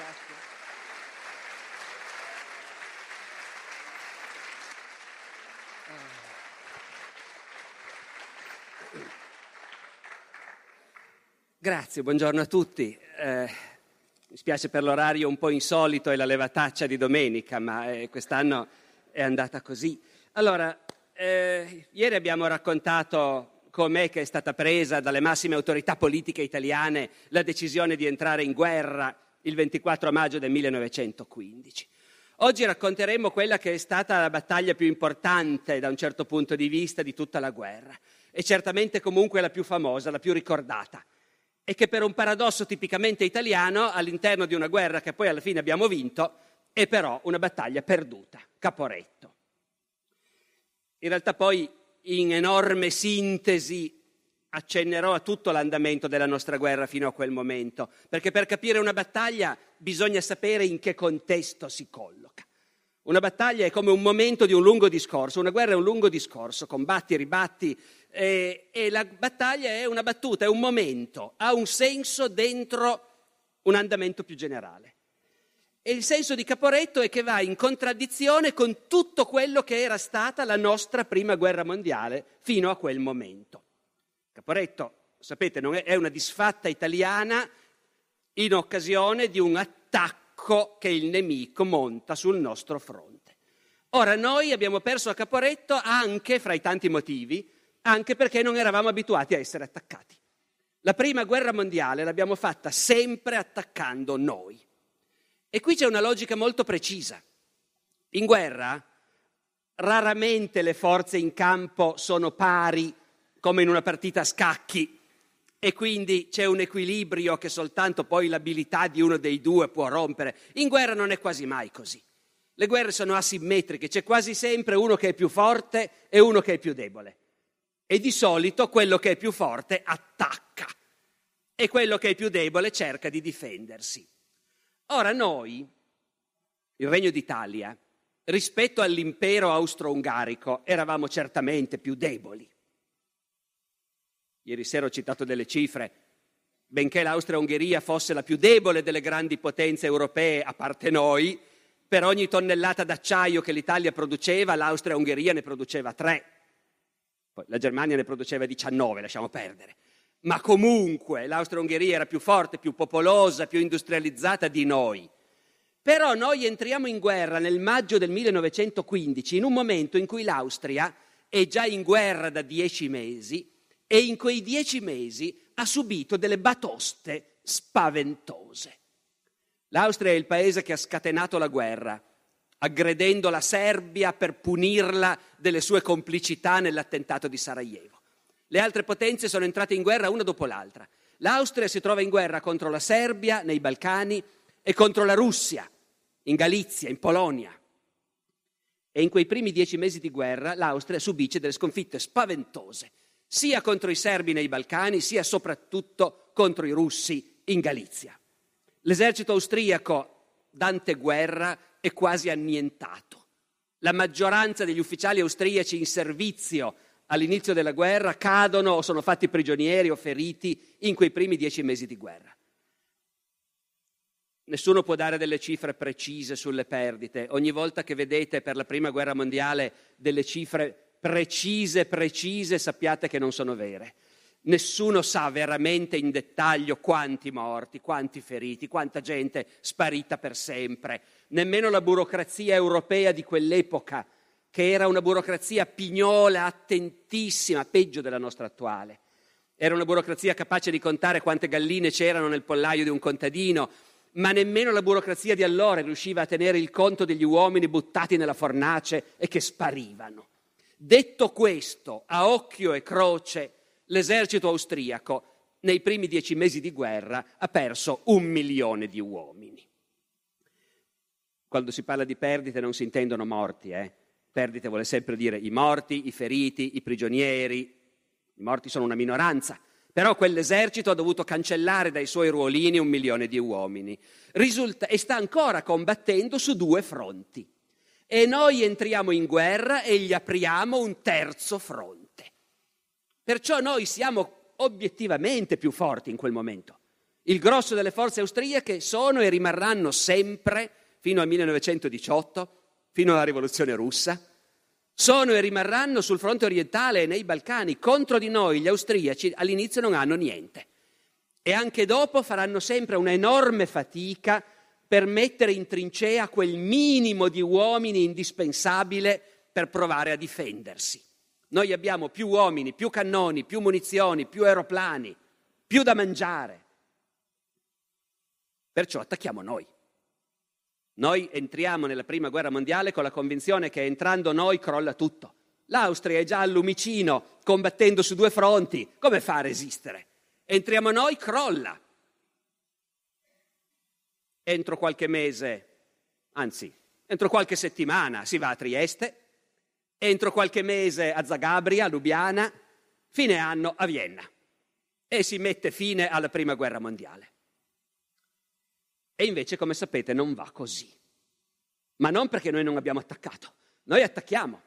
Grazie, buongiorno a tutti. Mi spiace per l'orario un po' insolito e la levataccia di domenica, ma quest'anno è andata così. Allora, ieri abbiamo raccontato com'è che è stata presa dalle massime autorità politiche italiane la decisione di entrare in guerra il 24 maggio del 1915. Oggi racconteremo quella che è stata la battaglia più importante da un certo punto di vista di tutta la guerra e certamente comunque la più famosa, la più ricordata. E che per un paradosso tipicamente italiano, all'interno di una guerra che poi alla fine abbiamo vinto, è però una battaglia perduta, Caporetto. In realtà poi, in enorme sintesi, accennerò a tutto l'andamento della nostra guerra fino a quel momento, perché per capire una battaglia bisogna sapere in che contesto si colloca. Una battaglia è come un momento di un lungo discorso, una guerra è un lungo discorso, combatti, ribatti, e la battaglia è una battuta, è un momento, ha un senso dentro un andamento più generale. E il senso di Caporetto è che va in contraddizione con tutto quello che era stata la nostra prima guerra mondiale fino a quel momento. Caporetto, sapete, è una disfatta italiana in occasione di un attacco che il nemico monta sul nostro fronte. Ora, noi abbiamo perso a Caporetto anche, fra i tanti motivi, anche perché non eravamo abituati a essere attaccati. La prima guerra mondiale l'abbiamo fatta sempre attaccando noi. E qui c'è una logica molto precisa. In guerra raramente le forze in campo sono pari, come in una partita a scacchi, e quindi c'è un equilibrio che soltanto poi l'abilità di uno dei due può rompere. In guerra non è quasi mai così. Le guerre sono asimmetriche, c'è quasi sempre uno che è più forte e uno che è più debole. E di solito quello che è più forte attacca e quello che è più debole cerca di difendersi. Ora noi, il Regno d'Italia, rispetto all'impero austro-ungarico, eravamo certamente più deboli. Ieri sera ho citato delle cifre. Benché l'Austria-Ungheria fosse la più debole delle grandi potenze europee, a parte noi, per ogni tonnellata d'acciaio che l'Italia produceva, l'Austria-Ungheria ne produceva 3. Poi la Germania ne produceva 19, lasciamo perdere. Ma comunque l'Austria-Ungheria era più forte, più popolosa, più industrializzata di noi. Però noi entriamo in guerra nel maggio del 1915, in un momento in cui l'Austria è già in guerra da 10 mesi e in quei 10 mesi ha subito delle batoste spaventose. L'Austria è il paese che ha scatenato la guerra, aggredendo la Serbia per punirla delle sue complicità nell'attentato di Sarajevo. Le altre potenze sono entrate in guerra una dopo l'altra. L'Austria si trova in guerra contro la Serbia, nei Balcani, e contro la Russia, in Galizia, in Polonia. E in quei primi 10 mesi di guerra l'Austria subisce delle sconfitte spaventose, sia contro i serbi nei Balcani, sia soprattutto contro i russi in Galizia. L'esercito austriaco, d'anteguerra, è quasi annientato. La maggioranza degli ufficiali austriaci in servizio all'inizio della guerra cadono o sono fatti prigionieri o feriti in quei primi 10 mesi di guerra. Nessuno può dare delle cifre precise sulle perdite. Ogni volta che vedete per la prima guerra mondiale delle cifre precise, sappiate che non sono vere. Nessuno sa veramente in dettaglio quanti morti, quanti feriti, quanta gente sparita per sempre. Nemmeno la burocrazia europea di quell'epoca, che era una burocrazia pignola, attentissima, peggio della nostra attuale. Era una burocrazia capace di contare quante galline c'erano nel pollaio di un contadino, ma nemmeno la burocrazia di allora riusciva a tenere il conto degli uomini buttati nella fornace e che sparivano. Detto questo, a occhio e croce, l'esercito austriaco nei primi 10 mesi di guerra ha perso 1 milione di uomini. Quando si parla di perdite non si intendono morti, Perdite vuole sempre dire i morti, i feriti, i prigionieri. I morti sono una minoranza, però quell'esercito ha dovuto cancellare dai suoi ruolini 1 milione di uomini. E sta ancora combattendo su 2 fronti. E noi entriamo in guerra e gli apriamo un terzo fronte. Perciò noi siamo obiettivamente più forti in quel momento. Il grosso delle forze austriache sono e rimarranno sempre, fino al 1918, fino alla rivoluzione russa, sono e rimarranno sul fronte orientale e nei Balcani. Contro di noi gli austriaci all'inizio non hanno niente e anche dopo faranno sempre una enorme fatica per mettere in trincea quel minimo di uomini indispensabile per provare a difendersi. Noi abbiamo più uomini, più cannoni, più munizioni, più aeroplani, più da mangiare. Perciò attacchiamo noi. Noi entriamo nella Prima Guerra Mondiale con la convinzione che entrando noi crolla tutto. L'Austria è già al Lumicino, combattendo su 2 fronti. Come fa a resistere? Entriamo noi, crolla. Entro qualche mese, anzi, entro qualche settimana si va a Trieste, entro qualche mese a Zagabria, a Lubiana, fine anno a Vienna. E si mette fine alla Prima Guerra Mondiale. E invece, come sapete, non va così. Ma non perché noi non abbiamo attaccato. Noi attacchiamo.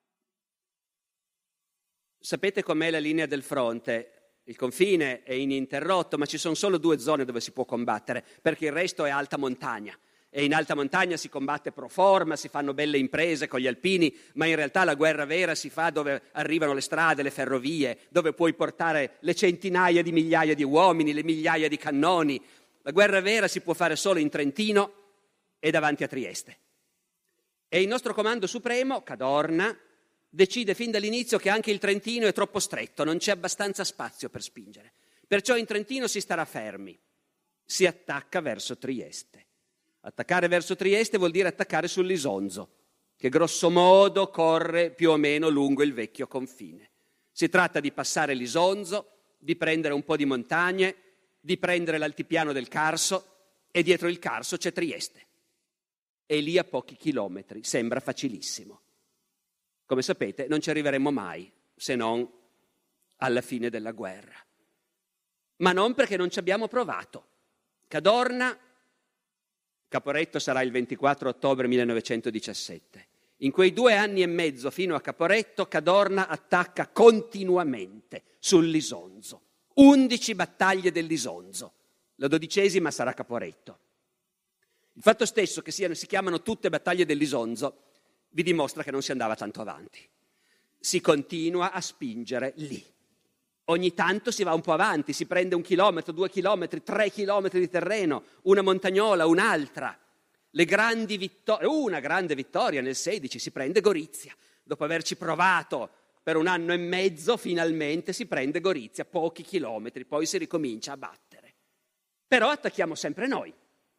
Sapete com'è la linea del fronte? Il confine è ininterrotto, ma ci sono solo 2 zone dove si può combattere, perché il resto è alta montagna. E in alta montagna si combatte pro forma, si fanno belle imprese con gli alpini, ma in realtà la guerra vera si fa dove arrivano le strade, le ferrovie, dove puoi portare le centinaia di migliaia di uomini, le migliaia di cannoni. La guerra vera si può fare solo in Trentino e davanti a Trieste. E il nostro comando supremo, Cadorna, decide fin dall'inizio che anche il Trentino è troppo stretto, non c'è abbastanza spazio per spingere. Perciò in Trentino si starà fermi, si attacca verso Trieste. Attaccare verso Trieste vuol dire attaccare sull'Isonzo, che grosso modo corre più o meno lungo il vecchio confine. Si tratta di passare l'Isonzo, di prendere un po' di montagne, di prendere l'altipiano del Carso e dietro il Carso c'è Trieste. E lì a pochi chilometri, sembra facilissimo. Come sapete non ci arriveremo mai, se non alla fine della guerra. Ma non perché non ci abbiamo provato. Cadorna, Caporetto sarà il 24 ottobre 1917. In quei 2 anni e mezzo fino a Caporetto, Cadorna attacca continuamente sull'Isonzo. 11 battaglie dell'Isonzo, la 12ª sarà Caporetto. Il fatto stesso che si chiamano tutte battaglie dell'Isonzo vi dimostra che non si andava tanto avanti. Si continua a spingere lì. Ogni tanto si va un po' avanti, si prende 1 chilometro, 2 chilometri, 3 chilometri di terreno, una montagnola, un'altra. Una grande vittoria nel 16 si prende Gorizia, dopo averci provato per 1 anno e mezzo, finalmente si prende Gorizia, pochi chilometri, poi si ricomincia a battere. Però attacchiamo sempre noi.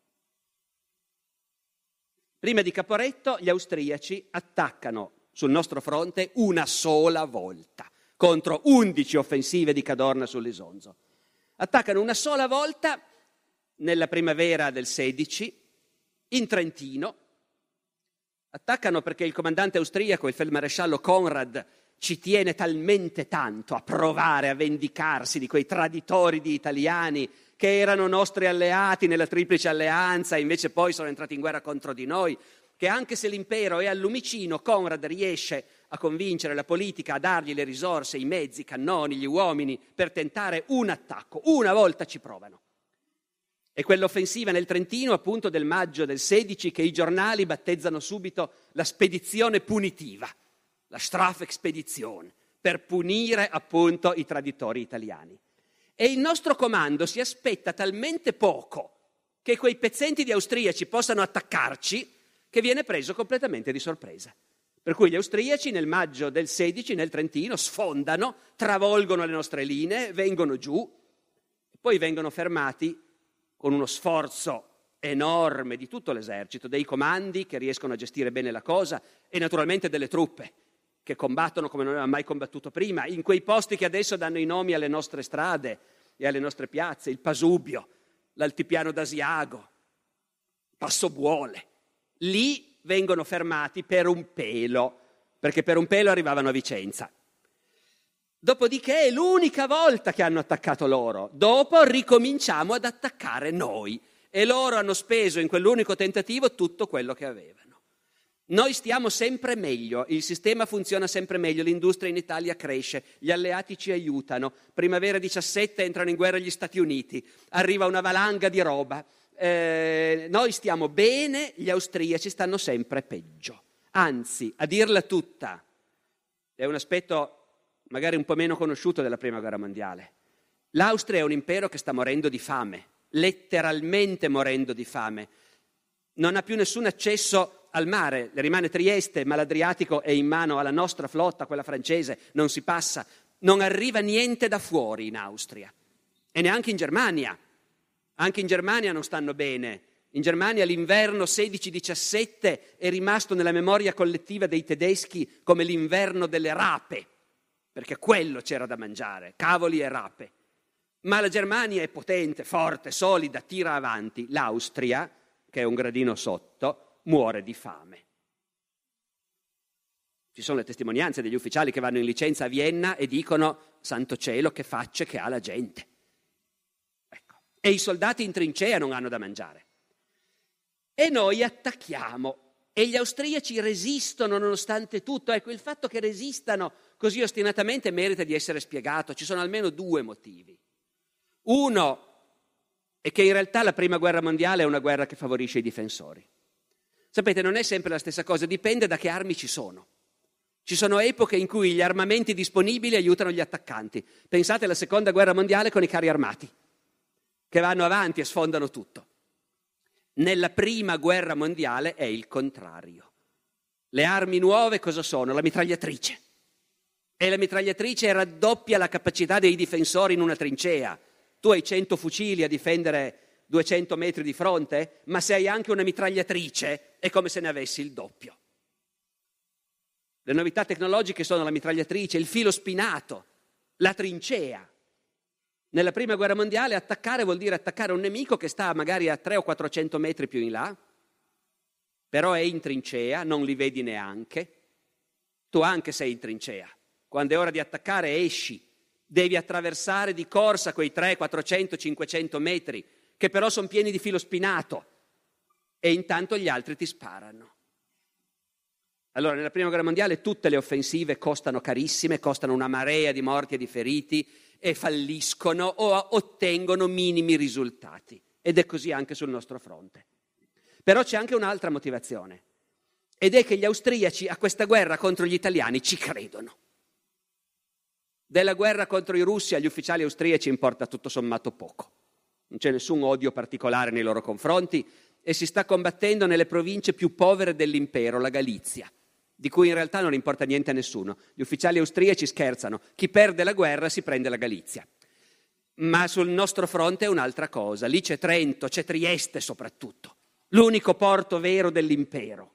Prima di Caporetto gli austriaci attaccano sul nostro fronte una sola volta, contro 11 offensive di Cadorna sull'Isonzo. Attaccano una sola volta nella primavera del 16 in Trentino. Attaccano perché il comandante austriaco, il feldmaresciallo Conrad, ci tiene talmente tanto a provare a vendicarsi di quei traditori di italiani che erano nostri alleati nella Triplice Alleanza e invece poi sono entrati in guerra contro di noi, che anche se l'impero è al Lumicino, Conrad riesce a convincere la politica a dargli le risorse, i mezzi, i cannoni, gli uomini per tentare un attacco. Una volta ci provano. È quell'offensiva nel Trentino, appunto, del maggio del 16 che i giornali battezzano subito la spedizione punitiva, la Strafexpedition, per punire appunto i traditori italiani. E il nostro comando si aspetta talmente poco che quei pezzenti di austriaci possano attaccarci che viene preso completamente di sorpresa. Per cui gli austriaci nel maggio del 16 nel Trentino sfondano, travolgono le nostre linee, vengono giù e poi vengono fermati con uno sforzo enorme di tutto l'esercito, dei comandi che riescono a gestire bene la cosa e naturalmente delle truppe che combattono come non avevano mai combattuto prima, in quei posti che adesso danno i nomi alle nostre strade e alle nostre piazze, il Pasubio, l'Altipiano d'Asiago, Passobuole. Lì vengono fermati per un pelo, perché per un pelo arrivavano a Vicenza. Dopodiché è l'unica volta che hanno attaccato loro. Dopo ricominciamo ad attaccare noi e loro hanno speso in quell'unico tentativo tutto quello che avevano. Noi stiamo sempre meglio, il sistema funziona sempre meglio, l'industria in Italia cresce, gli alleati ci aiutano, primavera 17 entrano in guerra gli Stati Uniti, arriva una valanga di roba, noi stiamo bene, gli austriaci stanno sempre peggio. Anzi, a dirla tutta, è un aspetto magari un po' meno conosciuto della Prima Guerra Mondiale. L'Austria è un impero che sta morendo di fame, letteralmente morendo di fame. Non ha più nessun accesso al mare, le rimane Trieste, ma l'Adriatico è in mano alla nostra flotta, quella francese, non si passa. Non arriva niente da fuori in Austria e neanche in Germania. Anche in Germania non stanno bene. In Germania l'inverno 16-17 è rimasto nella memoria collettiva dei tedeschi come l'inverno delle rape, perché quello c'era da mangiare, cavoli e rape. Ma la Germania è potente, forte, solida, tira avanti. L'Austria, che è un gradino sotto, muore di fame. Ci sono le testimonianze degli ufficiali che vanno in licenza a Vienna e dicono: santo cielo, che facce che ha la gente. Ecco. E i soldati in trincea non hanno da mangiare. E noi attacchiamo. E gli austriaci resistono nonostante tutto. Ecco, il fatto che resistano così ostinatamente merita di essere spiegato. Ci sono almeno due motivi. Uno è che in realtà la Prima Guerra Mondiale è una guerra che favorisce i difensori. Sapete, non è sempre la stessa cosa, dipende da che armi ci sono. Ci sono epoche in cui gli armamenti disponibili aiutano gli attaccanti. Pensate alla Seconda Guerra Mondiale con i carri armati, che vanno avanti e sfondano tutto. Nella Prima Guerra Mondiale è il contrario. Le armi nuove cosa sono? La mitragliatrice. E la mitragliatrice raddoppia la capacità dei difensori in una trincea. Tu hai 100 fucili a difendere 200 metri di fronte, ma se hai anche una mitragliatrice è come se ne avessi il doppio. Le novità tecnologiche sono la mitragliatrice, il filo spinato, la trincea. Nella Prima Guerra Mondiale attaccare vuol dire attaccare un nemico che sta magari a 300 o 400 metri più in là, però è in trincea, non li vedi neanche. Tu anche sei in trincea. Quando è ora di attaccare esci. Devi attraversare di corsa quei 300, 400, 500 metri, che però sono pieni di filo spinato, e intanto gli altri ti sparano. Allora, nella Prima Guerra Mondiale tutte le offensive costano carissime, costano una marea di morti e di feriti, e falliscono o ottengono minimi risultati. Ed è così anche sul nostro fronte. Però c'è anche un'altra motivazione, ed è che gli austriaci a questa guerra contro gli italiani ci credono. Della guerra contro i russi agli ufficiali austriaci importa tutto sommato poco. Non c'è nessun odio particolare nei loro confronti e si sta combattendo nelle province più povere dell'impero, la Galizia, di cui in realtà non importa niente a nessuno. Gli ufficiali austriaci scherzano, chi perde la guerra si prende la Galizia. Ma sul nostro fronte è un'altra cosa, lì c'è Trento, c'è Trieste soprattutto, l'unico porto vero dell'impero.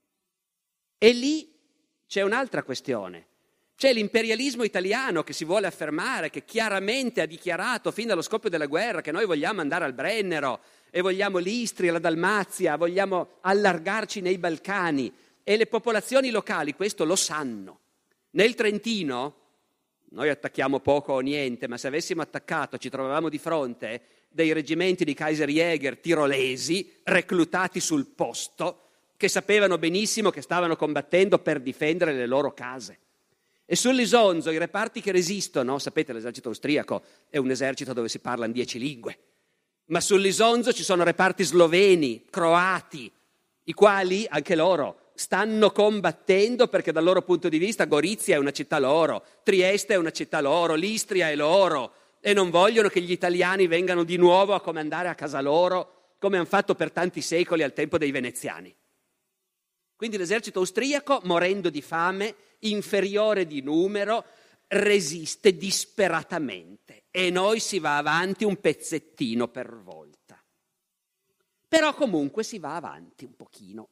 E lì c'è un'altra questione. C'è l'imperialismo italiano che si vuole affermare, che chiaramente ha dichiarato fin dallo scoppio della guerra che noi vogliamo andare al Brennero e vogliamo l'Istria, la Dalmazia, vogliamo allargarci nei Balcani, e le popolazioni locali questo lo sanno. Nel Trentino noi attacchiamo poco o niente, ma se avessimo attaccato ci trovavamo di fronte dei reggimenti di Kaiserjäger tirolesi reclutati sul posto che sapevano benissimo che stavano combattendo per difendere le loro case. E sull'Isonzo i reparti che resistono, sapete, l'esercito austriaco è un esercito dove si parlano 10 lingue, ma sull'Isonzo ci sono reparti sloveni, croati, i quali anche loro stanno combattendo perché dal loro punto di vista Gorizia è una città loro, Trieste è una città loro, l'Istria è loro, e non vogliono che gli italiani vengano di nuovo a comandare a casa loro come hanno fatto per tanti secoli al tempo dei veneziani. Quindi l'esercito austriaco, morendo di fame, inferiore di numero, resiste disperatamente e noi si va avanti un pezzettino per volta. Però comunque si va avanti un pochino.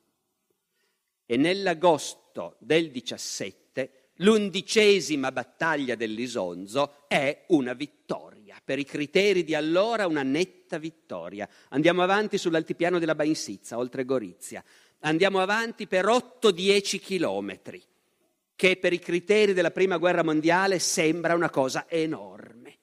E nell'agosto del 17, l'11ª battaglia dell'Isonzo è una vittoria. Per i criteri di allora una netta vittoria. Andiamo avanti sull'altipiano della Bainsizza, oltre Gorizia. Andiamo avanti per 8-10 chilometri, che per i criteri della Prima Guerra Mondiale sembra una cosa enorme.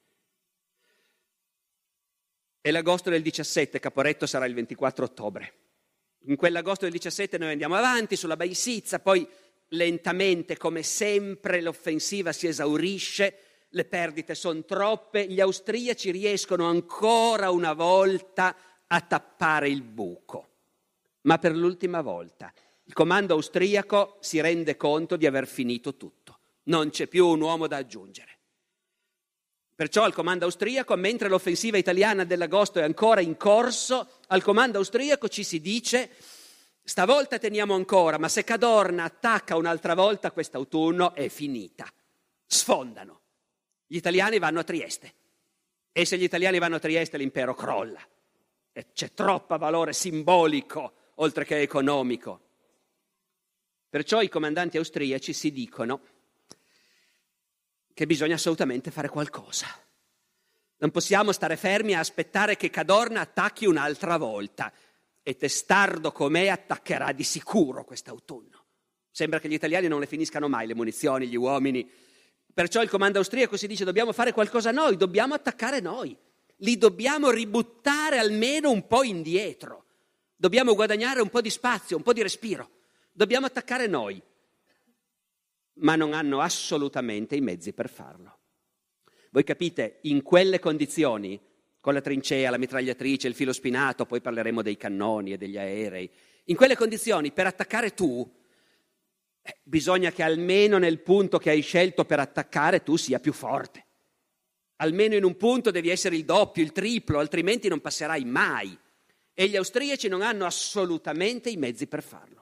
E l'agosto del 17, Caporetto sarà il 24 ottobre. In quell'agosto del 17 noi andiamo avanti sulla Baisizza, poi lentamente, come sempre, l'offensiva si esaurisce, le perdite sono troppe, gli austriaci riescono ancora una volta a tappare il buco. Ma per l'ultima volta il comando austriaco si rende conto di aver finito tutto. Non c'è più un uomo da aggiungere. Perciò al comando austriaco, mentre l'offensiva italiana dell'agosto è ancora in corso, al comando austriaco ci si dice: stavolta teniamo ancora, ma se Cadorna attacca un'altra volta quest'autunno è finita. Sfondano. Gli italiani vanno a Trieste. E se gli italiani vanno a Trieste l'impero crolla. E c'è troppo valore simbolico, oltre che economico. Perciò i comandanti austriaci si dicono che bisogna assolutamente fare qualcosa. Non possiamo stare fermi a aspettare che Cadorna attacchi un'altra volta. E testardo com'è attaccherà di sicuro quest'autunno. Sembra che gli italiani non le finiscano mai le munizioni, gli uomini. Perciò il comando austriaco si dice: dobbiamo fare qualcosa noi, dobbiamo attaccare noi. Li dobbiamo ributtare almeno un po' indietro. Dobbiamo guadagnare un po' di spazio, un po' di respiro. Dobbiamo attaccare noi. Ma non hanno assolutamente i mezzi per farlo. Voi capite, in quelle condizioni, con la trincea, la mitragliatrice, il filo spinato, poi parleremo dei cannoni e degli aerei, in quelle condizioni per attaccare tu, bisogna che almeno nel punto che hai scelto per attaccare tu sia più forte. Almeno in un punto devi essere il doppio, il triplo, altrimenti non passerai mai. E gli austriaci non hanno assolutamente i mezzi per farlo.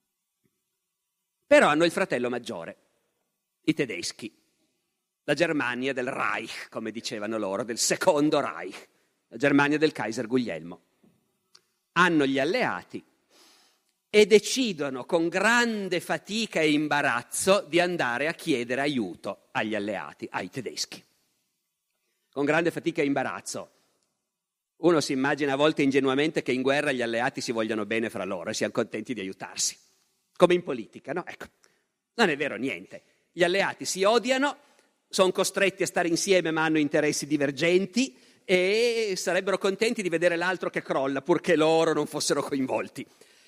Però hanno il fratello maggiore, i tedeschi, la Germania del Reich, come dicevano loro, del secondo Reich, la Germania del Kaiser Guglielmo. Hanno gli alleati e decidono con grande fatica e imbarazzo di andare a chiedere aiuto agli alleati, ai tedeschi. Con grande fatica e imbarazzo. Uno si immagina a volte ingenuamente che in guerra gli alleati si vogliano bene fra loro e siano contenti di aiutarsi. Come in politica, no? Ecco, non è vero niente. Gli alleati si odiano, sono costretti a stare insieme ma hanno interessi divergenti e sarebbero contenti di vedere l'altro che crolla purché loro non fossero coinvolti.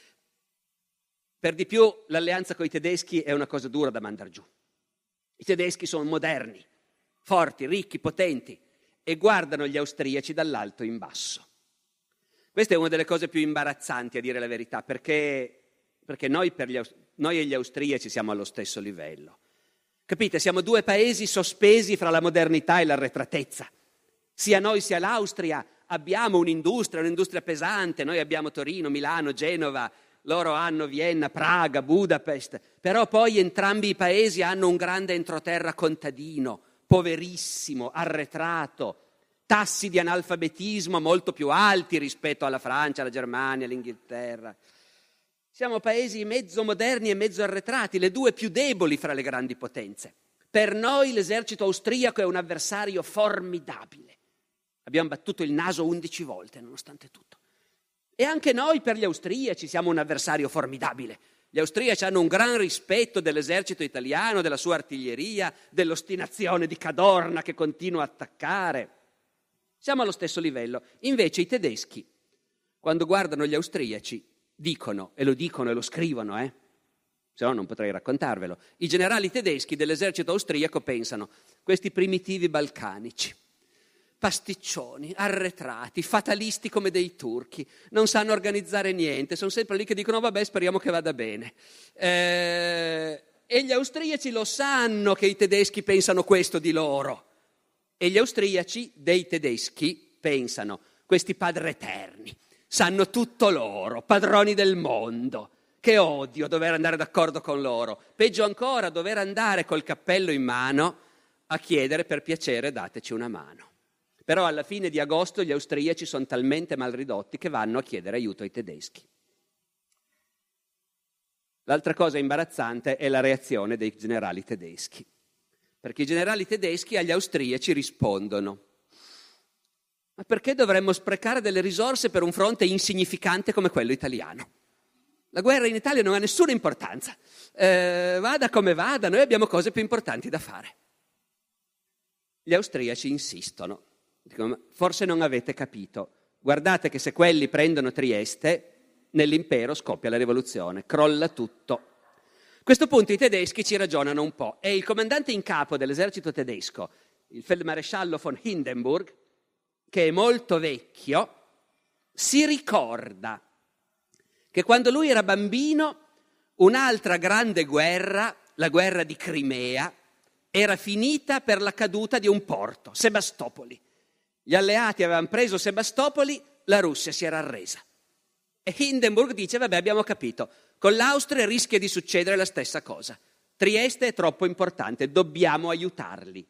Per di più l'alleanza con i tedeschi è una cosa dura da mandar giù. I tedeschi sono moderni, forti, ricchi, potenti e guardano gli austriaci dall'alto in basso. Questa è una delle cose più imbarazzanti, a dire la verità, perché noi e gli austriaci siamo allo stesso livello. Capite? Siamo due paesi sospesi fra la modernità e l'arretratezza. Sia noi sia l'Austria abbiamo un'industria pesante, noi abbiamo Torino, Milano, Genova, loro hanno Vienna, Praga, Budapest, però poi entrambi i paesi hanno un grande entroterra contadino, poverissimo, arretrato, tassi di analfabetismo molto più alti rispetto alla Francia, alla Germania, all'Inghilterra. Siamo paesi mezzo moderni e mezzo arretrati, le due più deboli fra le grandi potenze. Per noi l'esercito austriaco è un avversario formidabile. Abbiamo battuto il naso 11 volte, nonostante tutto. E anche noi per gli austriaci siamo un avversario formidabile. Gli austriaci hanno un gran rispetto dell'esercito italiano, della sua artiglieria, dell'ostinazione di Cadorna che continua a attaccare. Siamo allo stesso livello. Invece i tedeschi, quando guardano gli austriaci, dicono e lo scrivono, se no non potrei raccontarvelo. I generali tedeschi dell'esercito austriaco pensano: questi primitivi balcanici, pasticcioni, arretrati, fatalisti come dei turchi, non sanno organizzare niente, sono sempre lì che dicono vabbè, speriamo che vada bene. E gli austriaci lo sanno che i tedeschi pensano questo di loro. E gli austriaci dei tedeschi pensano: questi padri eterni, sanno tutto loro, padroni del mondo. Che odio dover andare d'accordo con loro. Peggio ancora dover andare col cappello in mano a chiedere per piacere dateci una mano. Però alla fine di agosto gli austriaci sono talmente mal ridotti che vanno a chiedere aiuto ai tedeschi. L'altra cosa imbarazzante è la reazione dei generali tedeschi. Perché i generali tedeschi agli austriaci rispondono: ma perché dovremmo sprecare delle risorse per un fronte insignificante come quello italiano? La guerra in Italia non ha nessuna importanza. Vada come vada, noi abbiamo cose più importanti da fare. Gli austriaci insistono. Dicono: forse non avete capito. Guardate che se quelli prendono Trieste, nell'impero scoppia la rivoluzione, crolla tutto. A questo punto i tedeschi ci ragionano un po' e il comandante in capo dell'esercito tedesco, il feldmaresciallo von Hindenburg, che è molto vecchio, si ricorda che quando lui era bambino un'altra grande guerra, la guerra di Crimea, era finita per la caduta di un porto, Sebastopoli. Gli alleati avevano preso Sebastopoli, la Russia si era arresa. E Hindenburg dice, vabbè, abbiamo capito, con l'Austria rischia di succedere la stessa cosa. Trieste è troppo importante, dobbiamo aiutarli.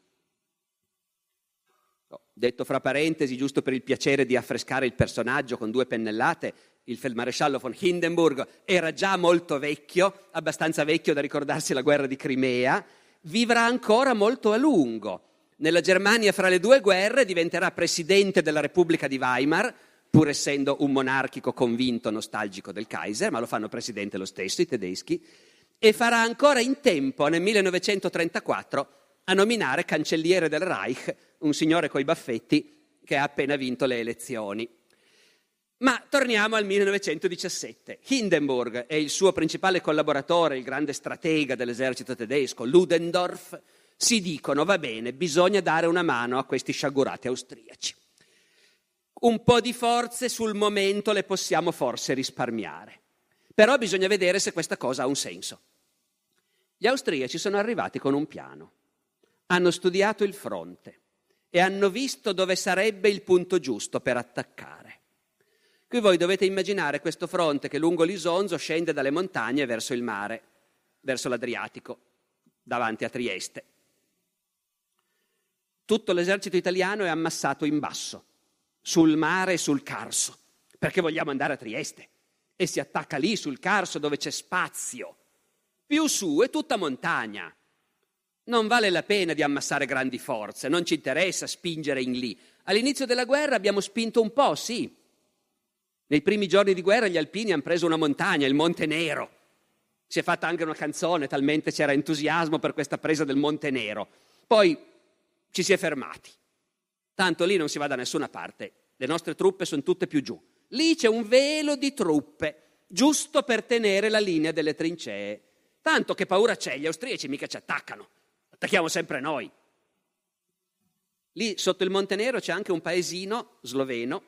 Detto fra parentesi, giusto per il piacere di affrescare il personaggio con 2 pennellate, il feldmaresciallo von Hindenburg era già molto vecchio, abbastanza vecchio da ricordarsi la guerra di Crimea, vivrà ancora molto a lungo. Nella Germania fra le 2 guerre diventerà presidente della Repubblica di Weimar, pur essendo un monarchico convinto, nostalgico del Kaiser, ma lo fanno presidente lo stesso i tedeschi, e farà ancora in tempo, nel 1934, a nominare cancelliere del Reich un signore coi baffetti che ha appena vinto le elezioni. Ma torniamo al 1917. Hindenburg e il suo principale collaboratore, il grande stratega dell'esercito tedesco, Ludendorff, si dicono, va bene, bisogna dare una mano a questi sciagurati austriaci. Un po' di forze sul momento le possiamo forse risparmiare, però bisogna vedere se questa cosa ha un senso. Gli austriaci sono arrivati con un piano, hanno studiato il fronte e hanno visto dove sarebbe il punto giusto per attaccare. Qui voi dovete immaginare questo fronte che lungo l'Isonzo scende dalle montagne verso il mare, verso l'Adriatico, davanti a Trieste. Tutto l'esercito italiano è ammassato in basso, sul mare e sul Carso, perché vogliamo andare a Trieste e si attacca lì sul Carso dove c'è spazio. Più su è tutta montagna. Non vale la pena di ammassare grandi forze, non ci interessa spingere in lì. All'inizio della guerra abbiamo spinto un po', sì. Nei primi giorni di guerra gli alpini hanno preso una montagna, il Monte Nero. Si è fatta anche una canzone, talmente c'era entusiasmo per questa presa del Monte Nero. Poi ci si è fermati. Tanto lì non si va da nessuna parte. Le nostre truppe sono tutte più giù. Lì c'è un velo di truppe, giusto per tenere la linea delle trincee. Tanto che paura c'è, gli austriaci mica ci attaccano. Attacchiamo sempre noi. Lì sotto il Monte Nero c'è anche un paesino sloveno.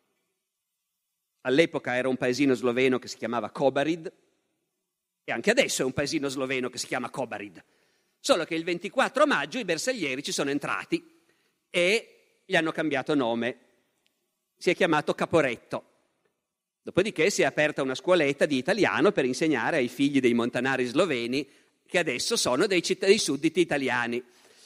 All'epoca era un paesino sloveno che si chiamava Kobarid e anche adesso è un paesino sloveno che si chiama Kobarid. Solo che il 24 maggio i bersaglieri ci sono entrati e gli hanno cambiato nome. Si è chiamato Caporetto. Dopodiché si è aperta una scuoletta di italiano per insegnare ai figli dei montanari sloveni che adesso sono dei sudditi italiani.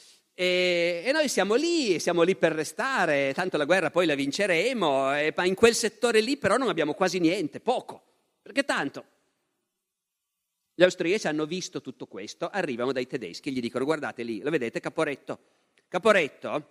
E noi siamo lì per restare, tanto la guerra poi la vinceremo, ma in quel settore lì però non abbiamo quasi niente, poco, perché tanto. Gli austriaci hanno visto tutto questo, arrivano dai tedeschi e gli dicono, guardate lì, lo vedete Caporetto? Caporetto?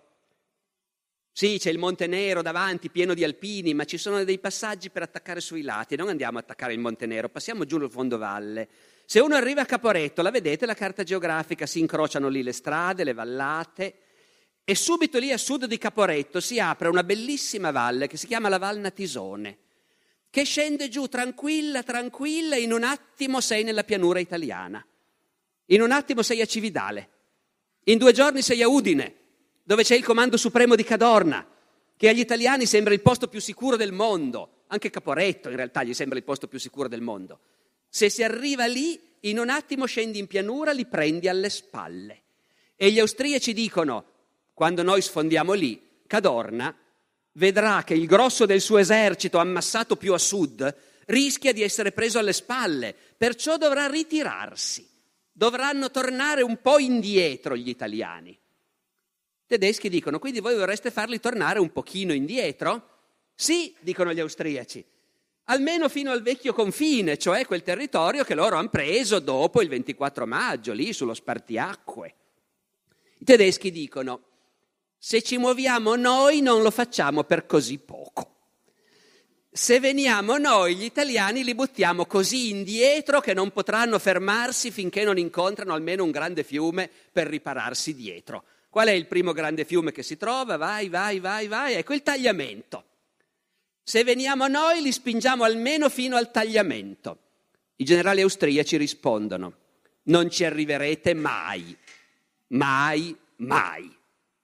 Sì, c'è il Monte Nero davanti, pieno di alpini, ma ci sono dei passaggi per attaccare sui lati, non andiamo a attaccare il Monte Nero, passiamo giù nel fondovalle. Se uno arriva a Caporetto, la vedete la carta geografica, si incrociano lì le strade, le vallate e subito lì a sud di Caporetto si apre una bellissima valle che si chiama la Val Natisone, che scende giù tranquilla, tranquilla, in un attimo sei nella pianura italiana, in un attimo sei a Cividale, in 2 giorni sei a Udine, dove c'è il Comando Supremo di Cadorna, che agli italiani sembra il posto più sicuro del mondo, anche Caporetto in realtà gli sembra il posto più sicuro del mondo. Se si arriva lì, in un attimo scendi in pianura, li prendi alle spalle. E gli austriaci dicono, quando noi sfondiamo lì, Cadorna vedrà che il grosso del suo esercito ammassato più a sud rischia di essere preso alle spalle, perciò dovrà ritirarsi. Dovranno tornare un po' indietro gli italiani. I tedeschi dicono, quindi voi vorreste farli tornare un pochino indietro? Sì, dicono gli austriaci. Almeno fino al vecchio confine, cioè quel territorio che loro hanno preso dopo il 24 maggio, lì sullo spartiacque. I tedeschi dicono, se ci muoviamo noi non lo facciamo per così poco. Se veniamo noi, gli italiani li buttiamo così indietro che non potranno fermarsi finché non incontrano almeno un grande fiume per ripararsi dietro. Qual è il primo grande fiume che si trova? Vai, ecco il Tagliamento. Se veniamo noi li spingiamo almeno fino al tagliamento. I generali austriaci rispondono: non ci arriverete mai, mai, mai.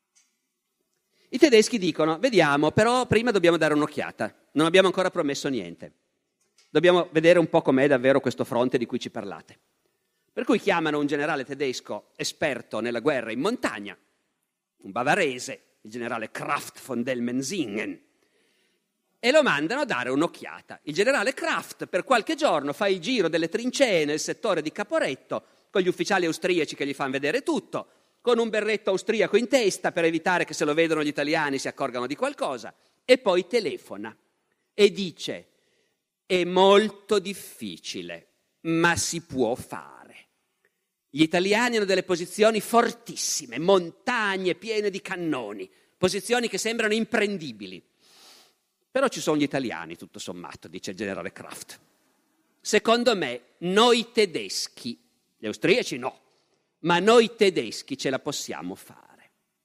I tedeschi dicono: vediamo, però prima dobbiamo dare un'occhiata, non abbiamo ancora promesso niente. Dobbiamo vedere un po' com'è davvero questo fronte di cui ci parlate. Per cui chiamano un generale tedesco esperto nella guerra in montagna, un bavarese, il generale Kraft von Dellmensingen, e lo mandano a dare un'occhiata. Il generale Kraft per qualche giorno fa il giro delle trincee nel settore di Caporetto, con gli ufficiali austriaci che gli fanno vedere tutto, con un berretto austriaco in testa per evitare che se lo vedono gli italiani si accorgano di qualcosa, e poi telefona e dice: è molto difficile, ma si può fare. Gli italiani hanno delle posizioni fortissime, montagne piene di cannoni, posizioni che sembrano imprendibili. Però ci sono gli italiani, tutto sommato, dice il generale Kraft. Secondo me, noi tedeschi, gli austriaci no, ma noi tedeschi ce la possiamo fare.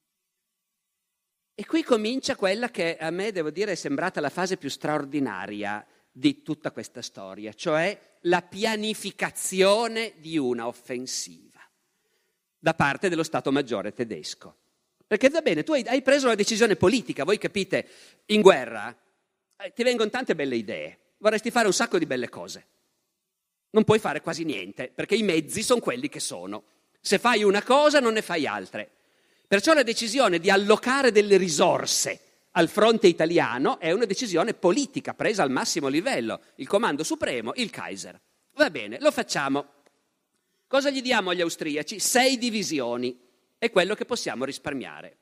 E qui comincia quella che a me, devo dire, è sembrata la fase più straordinaria di tutta questa storia, cioè la pianificazione di una offensiva da parte dello Stato Maggiore tedesco. Perché va bene, tu hai preso una decisione politica, voi capite, in guerra ti vengono tante belle idee, vorresti fare un sacco di belle cose. Non puoi fare quasi niente, perché i mezzi sono quelli che sono. Se fai una cosa non ne fai altre. Perciò la decisione di allocare delle risorse al fronte italiano è una decisione politica presa al massimo livello. Il comando supremo, il Kaiser. Va bene, lo facciamo. Cosa gli diamo agli austriaci? 6 divisioni. È quello che possiamo risparmiare.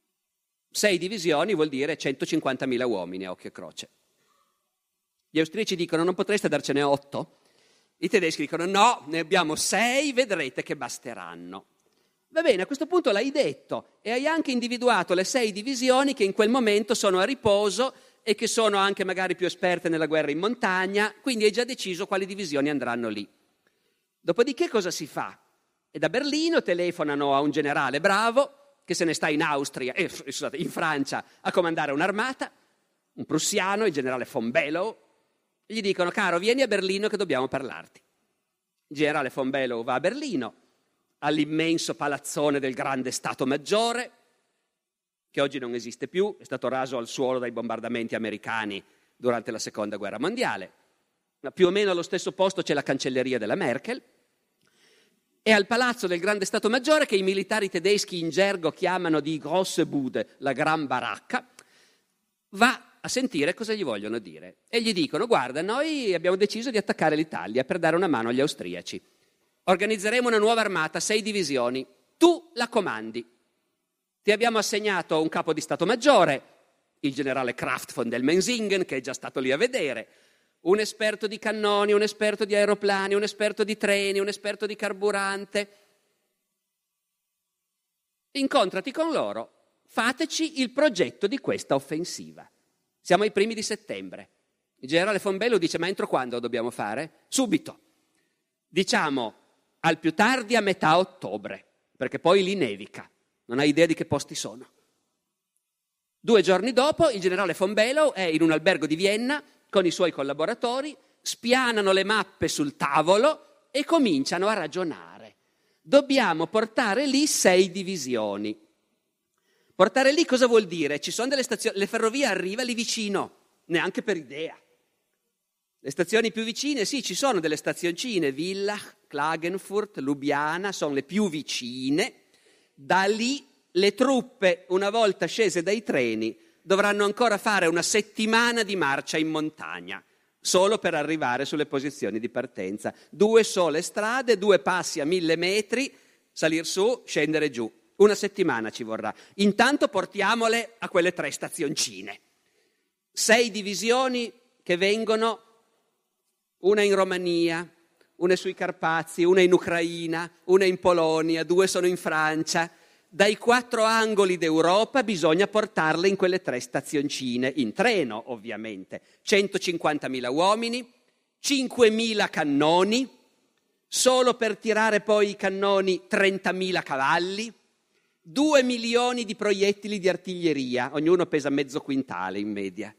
6 divisioni vuol dire 150.000 uomini a occhio e croce. Gli austriaci dicono: non potreste darcene 8? I tedeschi dicono: no, ne abbiamo 6, vedrete che basteranno. Va bene, a questo punto l'hai detto e hai anche individuato le 6 divisioni che in quel momento sono a riposo e che sono anche magari più esperte nella guerra in montagna, quindi hai già deciso quali divisioni andranno lì. Dopodiché cosa si fa? E da Berlino telefonano a un generale bravo che se ne sta in in Francia a comandare un'armata, un prussiano, il generale von Below, e gli dicono: caro, vieni a Berlino che dobbiamo parlarti. Il generale von Below va a Berlino, all'immenso palazzone del grande Stato Maggiore, che oggi non esiste più, è stato raso al suolo dai bombardamenti americani durante la Seconda Guerra Mondiale, ma più o meno allo stesso posto c'è la cancelleria della Merkel. E al palazzo del grande Stato Maggiore, che i militari tedeschi in gergo chiamano di Grosse Bude, la gran baracca, va a sentire cosa gli vogliono dire. E gli dicono: guarda, noi abbiamo deciso di attaccare l'Italia per dare una mano agli austriaci. Organizzeremo una nuova armata, 6 divisioni. Tu la comandi. Ti abbiamo assegnato un capo di Stato Maggiore, il generale Kraft von Dellmensingen, che è già stato lì a vedere, un esperto di cannoni, un esperto di aeroplani, un esperto di treni, un esperto di carburante. Incontrati con loro, fateci il progetto di questa offensiva. Siamo ai primi di settembre. Il generale von Below dice: ma entro quando lo dobbiamo fare? Subito. Diciamo al più tardi a metà ottobre, perché poi lì nevica. Non hai idea di che posti sono. 2 giorni dopo il generale von Below è in un albergo di Vienna con i suoi collaboratori, spianano le mappe sul tavolo e cominciano a ragionare. Dobbiamo portare lì 6 divisioni. Portare lì cosa vuol dire? Ci sono delle stazioni, le ferrovie arriva lì vicino, neanche per idea. Le stazioni più vicine, sì, ci sono delle stazioncine, Villach, Klagenfurt, Lubiana, sono le più vicine. Da lì le truppe, una volta scese dai treni, dovranno ancora fare una settimana di marcia in montagna, solo per arrivare sulle posizioni di partenza. 2 sole strade, 2 passi a 1000 metri, salir su, scendere giù. Una settimana ci vorrà. Intanto portiamole a quelle 3 stazioncine. 6 divisioni che vengono, una in Romania, una sui Carpazi, una in Ucraina, una in Polonia, 2 sono in Francia. Dai 4 angoli d'Europa bisogna portarle in quelle 3 stazioncine, in treno ovviamente. 150.000 uomini, 5.000 cannoni, solo per tirare poi i cannoni 30.000 cavalli, 2 milioni di proiettili di artiglieria, ognuno pesa mezzo quintale in media,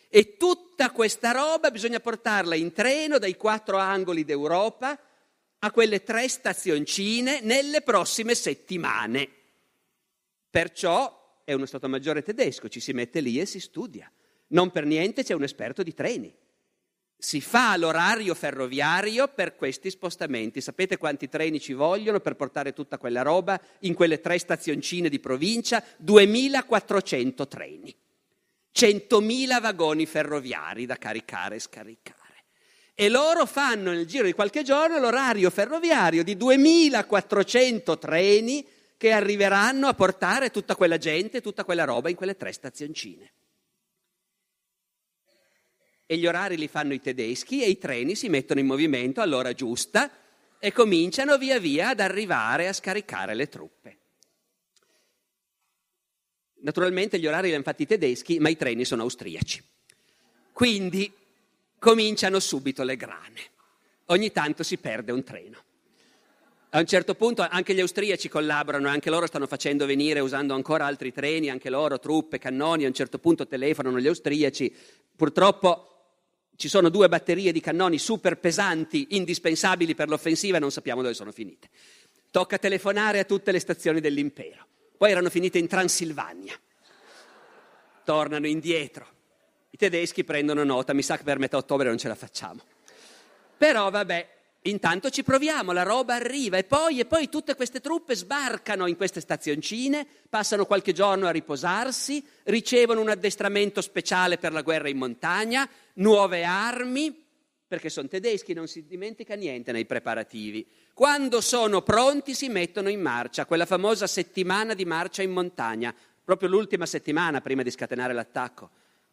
E tutta questa roba bisogna portarla in treno dai 4 angoli d'Europa a quelle 3 stazioncine nelle prossime settimane. Perciò è uno Stato Maggiore tedesco, ci si mette lì e si studia. Non per niente c'è un esperto di treni. Si fa l'orario ferroviario per questi spostamenti. Sapete quanti treni ci vogliono per portare tutta quella roba in quelle 3 stazioncine di provincia? 2400 treni, 100.000 vagoni ferroviari da caricare e scaricare. E loro fanno nel giro di qualche giorno l'orario ferroviario di 2400 treni che arriveranno a portare tutta quella gente, tutta quella roba in quelle 3 stazioncine. E gli orari li fanno i tedeschi e i treni si mettono in movimento all'ora giusta e cominciano via via ad arrivare a scaricare le truppe. Naturalmente gli orari li hanno fatti i tedeschi, ma i treni sono austriaci. Quindi cominciano subito le grane. Ogni tanto si perde un treno. A un certo punto anche gli austriaci collaborano, anche loro stanno facendo venire, usando ancora altri treni, anche loro truppe, cannoni, a un certo punto telefonano gli austriaci. Purtroppo ci sono 2 batterie di cannoni super pesanti, indispensabili per l'offensiva, e non sappiamo dove sono finite. Tocca telefonare a tutte le stazioni dell'impero. Poi erano finite in Transilvania. Tornano indietro. I tedeschi prendono nota, mi sa che per metà ottobre non ce la facciamo. Però vabbè, intanto ci proviamo, la roba arriva e poi tutte queste truppe sbarcano in queste stazioncine, passano qualche giorno a riposarsi, ricevono un addestramento speciale per la guerra in montagna, nuove armi, perché sono tedeschi, non si dimentica niente nei preparativi. Quando sono pronti si mettono in marcia, quella famosa settimana di marcia in montagna, proprio l'ultima settimana prima di scatenare l'attacco.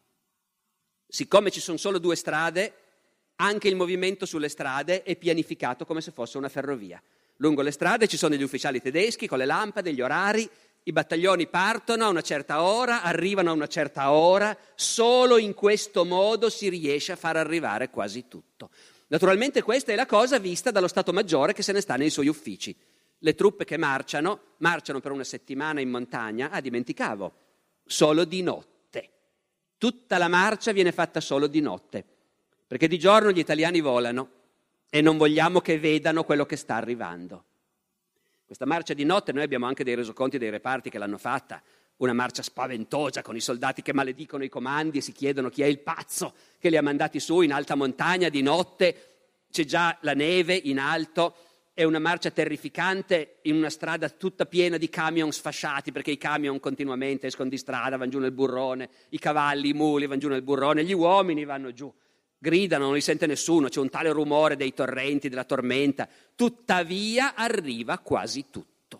Siccome ci sono solo 2 strade, anche il movimento sulle strade è pianificato come se fosse una ferrovia. Lungo le strade ci sono gli ufficiali tedeschi con le lampade, gli orari, i battaglioni partono a una certa ora, arrivano a una certa ora, solo in questo modo si riesce a far arrivare quasi tutto. Naturalmente questa è la cosa vista dallo Stato Maggiore che se ne sta nei suoi uffici. Le truppe che marciano per una settimana in montagna, dimenticavo, solo di notte. Tutta la marcia viene fatta solo di notte, perché di giorno gli italiani volano e non vogliamo che vedano quello che sta arrivando. Questa marcia di notte, noi abbiamo anche dei resoconti dei reparti che l'hanno fatta, una marcia spaventosa con i soldati che maledicono i comandi e si chiedono chi è il pazzo che li ha mandati su in alta montagna di notte, c'è già la neve in alto, è una marcia terrificante in una strada tutta piena di camion sfasciati, perché i camion continuamente escono di strada, vanno giù nel burrone, i cavalli, i muli vanno giù nel burrone, gli uomini vanno giù. Gridano, non li sente nessuno, c'è un tale rumore dei torrenti, della tormenta. Tuttavia arriva quasi tutto.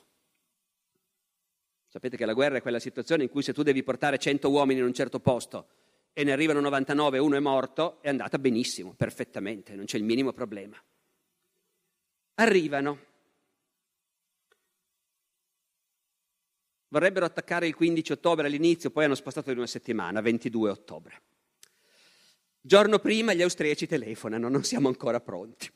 Sapete che la guerra è quella situazione in cui se tu devi portare 100 uomini in un certo posto e ne arrivano 99 e uno è morto, è andata benissimo, perfettamente, non c'è il minimo problema. Arrivano. Vorrebbero attaccare il 15 ottobre all'inizio, poi hanno spostato di una settimana, 22 ottobre. Giorno prima gli austriaci telefonano, non siamo ancora pronti.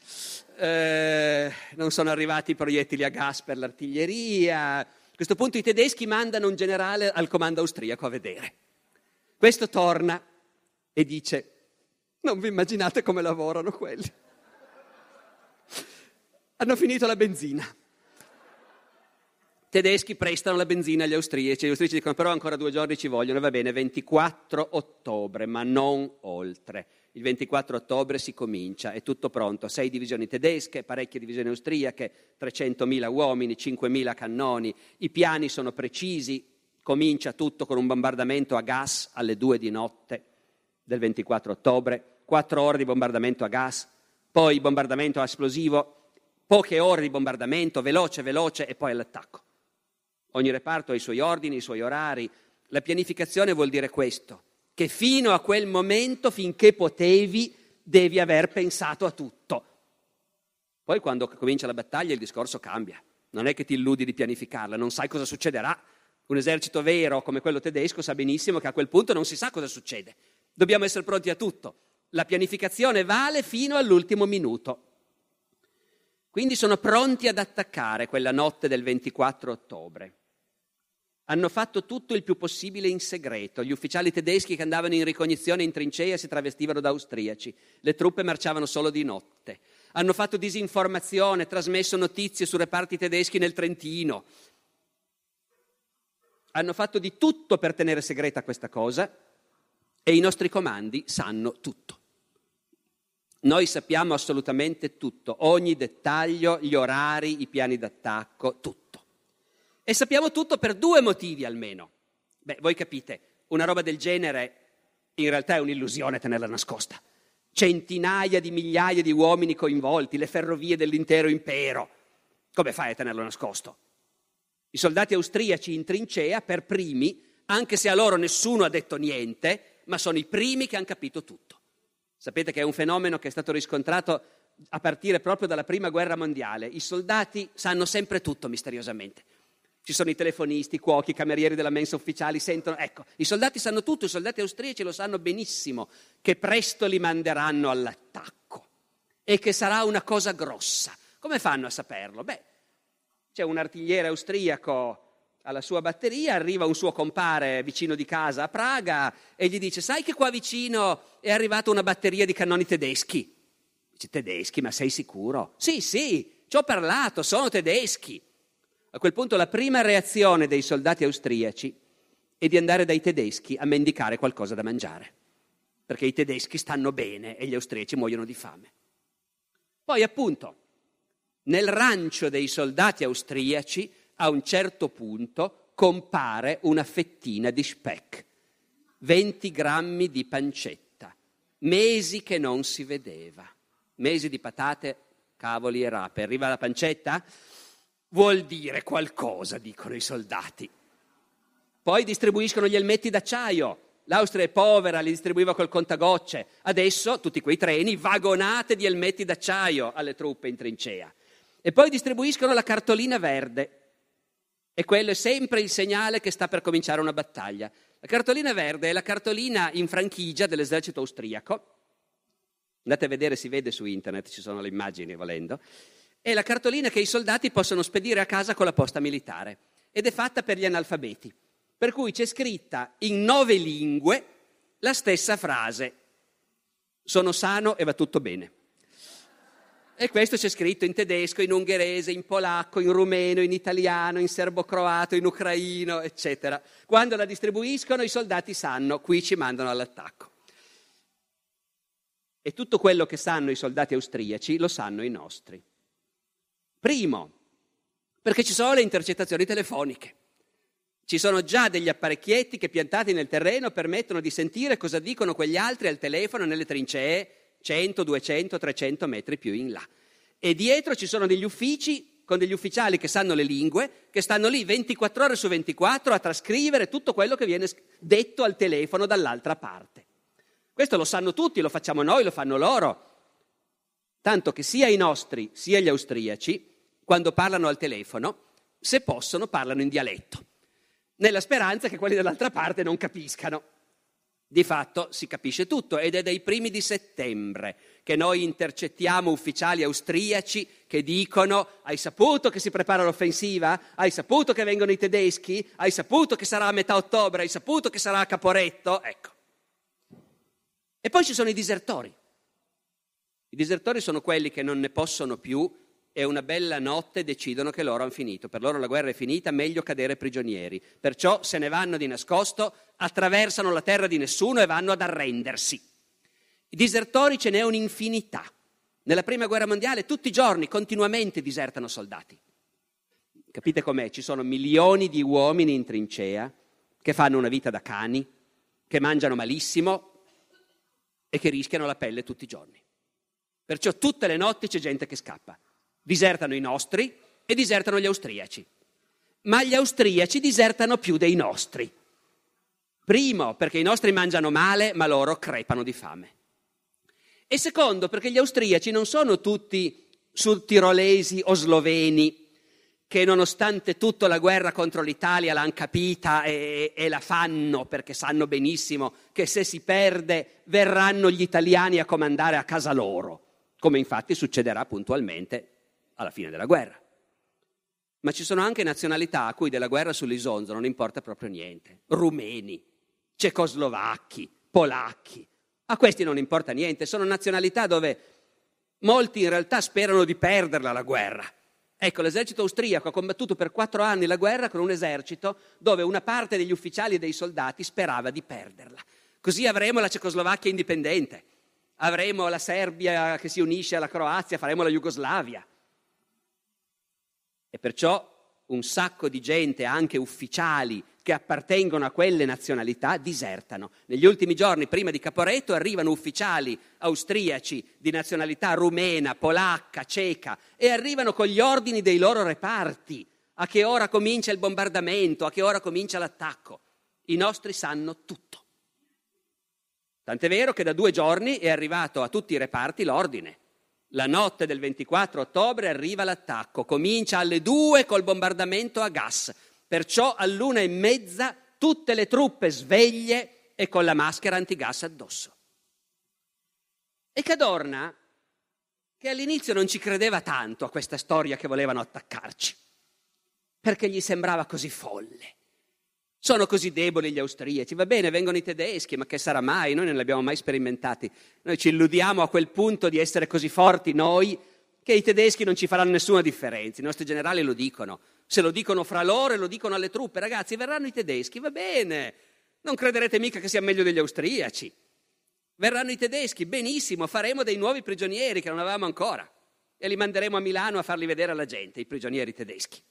Non sono arrivati i proiettili a gas per l'artiglieria. A questo punto i tedeschi mandano un generale al comando austriaco a vedere. Questo torna e dice: non vi immaginate come lavorano quelli. Hanno finito la benzina. Tedeschi prestano la benzina agli austriaci dicono però ancora 2 giorni ci vogliono, va bene, 24 ottobre, ma non oltre. Il 24 ottobre si comincia, è tutto pronto, 6 divisioni tedesche, parecchie divisioni austriache, 300.000 uomini, 5.000 cannoni, i piani sono precisi, comincia tutto con un bombardamento a gas alle 2 di notte del 24 ottobre, 4 ore di bombardamento a gas, poi bombardamento a esplosivo, poche ore di bombardamento, veloce e poi all'attacco. Ogni reparto ha i suoi ordini, i suoi orari. La pianificazione vuol dire questo, che fino a quel momento, finché potevi, devi aver pensato a tutto. Poi quando comincia la battaglia il discorso cambia. Non è che ti illudi di pianificarla, non sai cosa succederà. Un esercito vero come quello tedesco sa benissimo che a quel punto non si sa cosa succede. Dobbiamo essere pronti a tutto. La pianificazione vale fino all'ultimo minuto. Quindi sono pronti ad attaccare quella notte del 24 ottobre. Hanno fatto tutto il più possibile in segreto. Gli ufficiali tedeschi che andavano in ricognizione in trincea si travestivano da austriaci. Le truppe marciavano solo di notte. Hanno fatto disinformazione, trasmesso notizie su reparti tedeschi nel Trentino. Hanno fatto di tutto per tenere segreta questa cosa e i nostri comandi sanno tutto. Noi sappiamo assolutamente tutto, ogni dettaglio, gli orari, i piani d'attacco, tutto. E sappiamo tutto per due motivi almeno. Voi capite, una roba del genere in realtà è un'illusione tenerla nascosta. Centinaia di migliaia di uomini coinvolti, le ferrovie dell'intero impero. Come fai a tenerlo nascosto? I soldati austriaci in trincea per primi, anche se a loro nessuno ha detto niente, ma sono i primi che hanno capito tutto. Sapete che è un fenomeno che è stato riscontrato a partire proprio dalla Prima Guerra Mondiale. I soldati sanno sempre tutto misteriosamente. Ci sono i telefonisti, i cuochi, i camerieri della mensa ufficiali, sentono... Ecco, i soldati sanno tutto, i soldati austriaci lo sanno benissimo, che presto li manderanno all'attacco e che sarà una cosa grossa. Come fanno a saperlo? C'è un artigliere austriaco alla sua batteria, arriva un suo compare vicino di casa a Praga e gli dice: sai che qua vicino è arrivata una batteria di cannoni tedeschi? Dice: tedeschi? Ma sei sicuro? Sì, ci ho parlato, sono tedeschi. A quel punto la prima reazione dei soldati austriaci è di andare dai tedeschi a mendicare qualcosa da mangiare, perché i tedeschi stanno bene e gli austriaci muoiono di fame. Poi appunto nel rancio dei soldati austriaci a un certo punto compare una fettina di speck, 20 grammi di pancetta, mesi che non si vedeva, mesi di patate, cavoli e rape. Arriva la pancetta? Vuol dire qualcosa, dicono i soldati. Poi distribuiscono gli elmetti d'acciaio. L'Austria è povera, li distribuiva col contagocce. Adesso tutti quei treni, vagonate di elmetti d'acciaio alle truppe in trincea. E poi distribuiscono la cartolina verde. E quello è sempre il segnale che sta per cominciare una battaglia. La cartolina verde è la cartolina in franchigia dell'esercito austriaco. Andate a vedere, si vede su internet, ci sono le immagini volendo. È la cartolina che i soldati possono spedire a casa con la posta militare ed è fatta per gli analfabeti, per cui c'è scritta in 9 lingue la stessa frase: sono sano e va tutto bene. E questo c'è scritto in tedesco, in ungherese, in polacco, in rumeno, in italiano, in serbo-croato, in ucraino, eccetera. Quando la distribuiscono i soldati sanno: qui ci mandano all'attacco. E tutto quello che sanno i soldati austriaci lo sanno i nostri. Primo, perché ci sono le intercettazioni telefoniche. Ci sono già degli apparecchietti che piantati nel terreno permettono di sentire cosa dicono quegli altri al telefono nelle trincee 100, 200, 300 metri più in là. E dietro ci sono degli uffici con degli ufficiali che sanno le lingue, che stanno lì 24 ore su 24 a trascrivere tutto quello che viene detto al telefono dall'altra parte. Questo lo sanno tutti, lo facciamo noi, lo fanno loro. Tanto che sia i nostri sia gli austriaci, quando parlano al telefono, se possono parlano in dialetto, nella speranza che quelli dall'altra parte non capiscano. Di fatto si capisce tutto ed è dai primi di settembre che noi intercettiamo ufficiali austriaci che dicono: hai saputo che si prepara l'offensiva? Hai saputo che vengono i tedeschi? Hai saputo che sarà a metà ottobre? Hai saputo che sarà a Caporetto? Ecco. E poi ci sono i disertori. I disertori sono quelli che non ne possono più e una bella notte decidono che loro hanno finito. Per loro la guerra è finita, meglio cadere prigionieri. Perciò se ne vanno di nascosto, attraversano la terra di nessuno e vanno ad arrendersi. I disertori ce n'è un'infinità. Nella Prima Guerra Mondiale tutti i giorni, continuamente disertano soldati. Capite com'è? Ci sono milioni di uomini in trincea che fanno una vita da cani, che mangiano malissimo e che rischiano la pelle tutti i giorni. Perciò tutte le notti c'è gente che scappa. Disertano i nostri e disertano gli austriaci. Ma gli austriaci disertano più dei nostri. Primo, perché i nostri mangiano male, ma loro crepano di fame. E secondo, perché gli austriaci non sono tutti sudtirolesi o sloveni che nonostante tutto la guerra contro l'Italia l'hanno capita e la fanno perché sanno benissimo che se si perde verranno gli italiani a comandare a casa loro, come infatti succederà puntualmente alla fine della guerra. Ma ci sono anche nazionalità a cui della guerra sull'Isonzo non importa proprio niente. Rumeni, cecoslovacchi, polacchi. A questi non importa niente. Sono nazionalità dove molti in realtà sperano di perderla la guerra. Ecco, l'esercito austriaco ha combattuto per 4 anni la guerra con un esercito dove una parte degli ufficiali e dei soldati sperava di perderla. Così avremo la Cecoslovacchia indipendente, avremo la Serbia che si unisce alla Croazia, faremo la Jugoslavia. E perciò un sacco di gente, anche ufficiali, che appartengono a quelle nazionalità, disertano. Negli ultimi giorni, prima di Caporetto, arrivano ufficiali austriaci di nazionalità rumena, polacca, ceca e arrivano con gli ordini dei loro reparti. A che ora comincia il bombardamento, a che ora comincia l'attacco. I nostri sanno tutto. Tant'è vero che da 2 giorni è arrivato a tutti i reparti l'ordine. La notte del 24 ottobre arriva l'attacco, comincia alle 2 col bombardamento a gas, perciò all'1:30 tutte le truppe sveglie e con la maschera antigas addosso. E Cadorna, che all'inizio non ci credeva tanto a questa storia che volevano attaccarci, perché gli sembrava così folle. Sono così deboli gli austriaci, va bene, vengono i tedeschi, ma che sarà mai? Noi non li abbiamo mai sperimentati. Noi ci illudiamo a quel punto di essere così forti noi che i tedeschi non ci faranno nessuna differenza. I nostri generali lo dicono, se lo dicono fra loro e lo dicono alle truppe. Ragazzi, verranno i tedeschi, va bene, non crederete mica che sia meglio degli austriaci. Verranno i tedeschi, benissimo, faremo dei nuovi prigionieri che non avevamo ancora e li manderemo a Milano a farli vedere alla gente, i prigionieri tedeschi.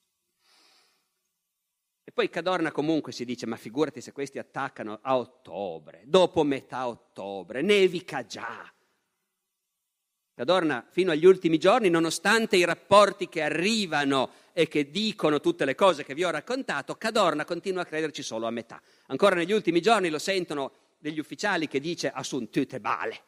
E poi Cadorna comunque si dice, ma figurati se questi attaccano a ottobre, dopo metà ottobre, nevica già. Cadorna fino agli ultimi giorni, nonostante i rapporti che arrivano e che dicono tutte le cose che vi ho raccontato, Cadorna continua a crederci solo a metà. Ancora negli ultimi giorni lo sentono degli ufficiali che dice «Assun tüte bale».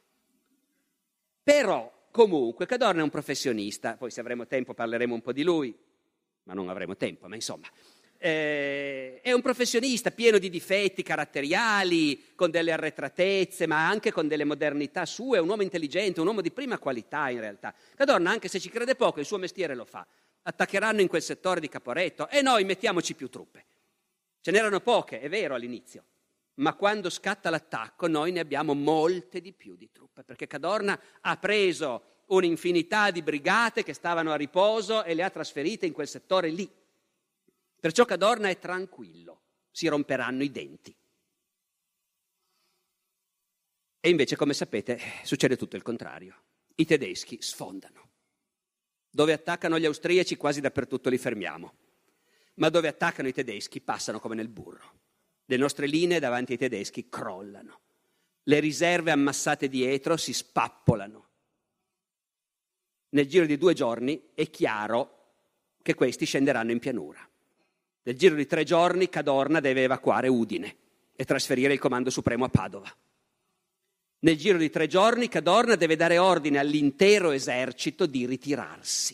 Però comunque Cadorna è un professionista, poi se avremo tempo parleremo un po' di lui, ma non avremo tempo, ma insomma... è un professionista pieno di difetti caratteriali, con delle arretratezze, ma anche con delle modernità sue, un uomo intelligente, un uomo di prima qualità in realtà. Cadorna, anche se ci crede poco, il suo mestiere lo fa. Attaccheranno in quel settore di Caporetto e noi mettiamoci più truppe. Ce n'erano poche, è vero, all'inizio, ma quando scatta l'attacco noi ne abbiamo molte di più di truppe, perché Cadorna ha preso un'infinità di brigate che stavano a riposo e le ha trasferite in quel settore lì. Perciò Cadorna è tranquillo, si romperanno i denti. E invece, come sapete, succede tutto il contrario. I tedeschi sfondano. Dove attaccano gli austriaci quasi dappertutto li fermiamo, ma dove attaccano i tedeschi passano come nel burro. Le nostre linee davanti ai tedeschi crollano. Le riserve ammassate dietro si spappolano. Nel giro di 2 giorni è chiaro che questi scenderanno in pianura. Nel giro di 3 giorni Cadorna deve evacuare Udine e trasferire il comando supremo a Padova. Nel giro di 3 giorni Cadorna deve dare ordine all'intero esercito di ritirarsi.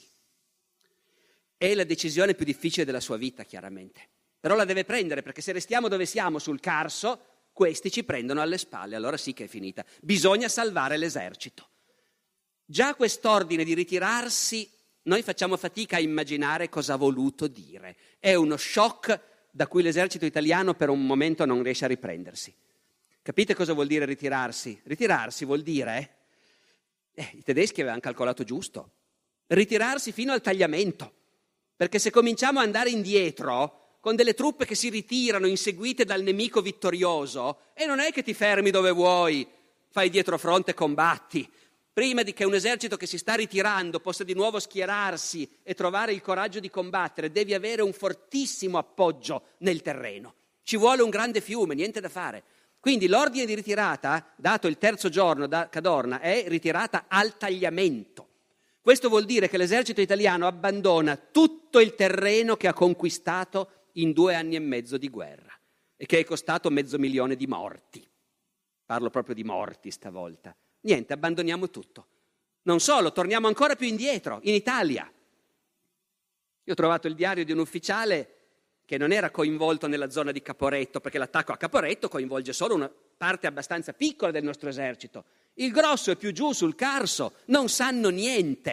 È la decisione più difficile della sua vita, chiaramente. Però la deve prendere, perché se restiamo dove siamo, sul Carso, questi ci prendono alle spalle, allora sì che è finita. Bisogna salvare l'esercito. Già quest'ordine di ritirarsi noi facciamo fatica a immaginare cosa ha voluto dire. È uno shock da cui l'esercito italiano per un momento non riesce a riprendersi. Capite cosa vuol dire ritirarsi? Ritirarsi vuol dire, i tedeschi avevano calcolato giusto, ritirarsi fino al tagliamento. Perché se cominciamo ad andare indietro, con delle truppe che si ritirano inseguite dal nemico vittorioso, e non è che ti fermi dove vuoi, fai dietro fronte e combatti. Prima di che un esercito che si sta ritirando possa di nuovo schierarsi e trovare il coraggio di combattere, devi avere un fortissimo appoggio nel terreno. Ci vuole un grande fiume, niente da fare. Quindi l'ordine di ritirata, dato il 3° giorno da Cadorna, è ritirata al tagliamento. Questo vuol dire che l'esercito italiano abbandona tutto il terreno che ha conquistato in 2 anni e mezzo di guerra e che è costato 500.000 di morti. Parlo proprio di morti stavolta. Niente, abbandoniamo tutto. Non solo, torniamo ancora più indietro, in Italia. Io ho trovato il diario di un ufficiale che non era coinvolto nella zona di Caporetto, perché l'attacco a Caporetto coinvolge solo una parte abbastanza piccola del nostro esercito. Il grosso è più giù sul Carso, non sanno niente.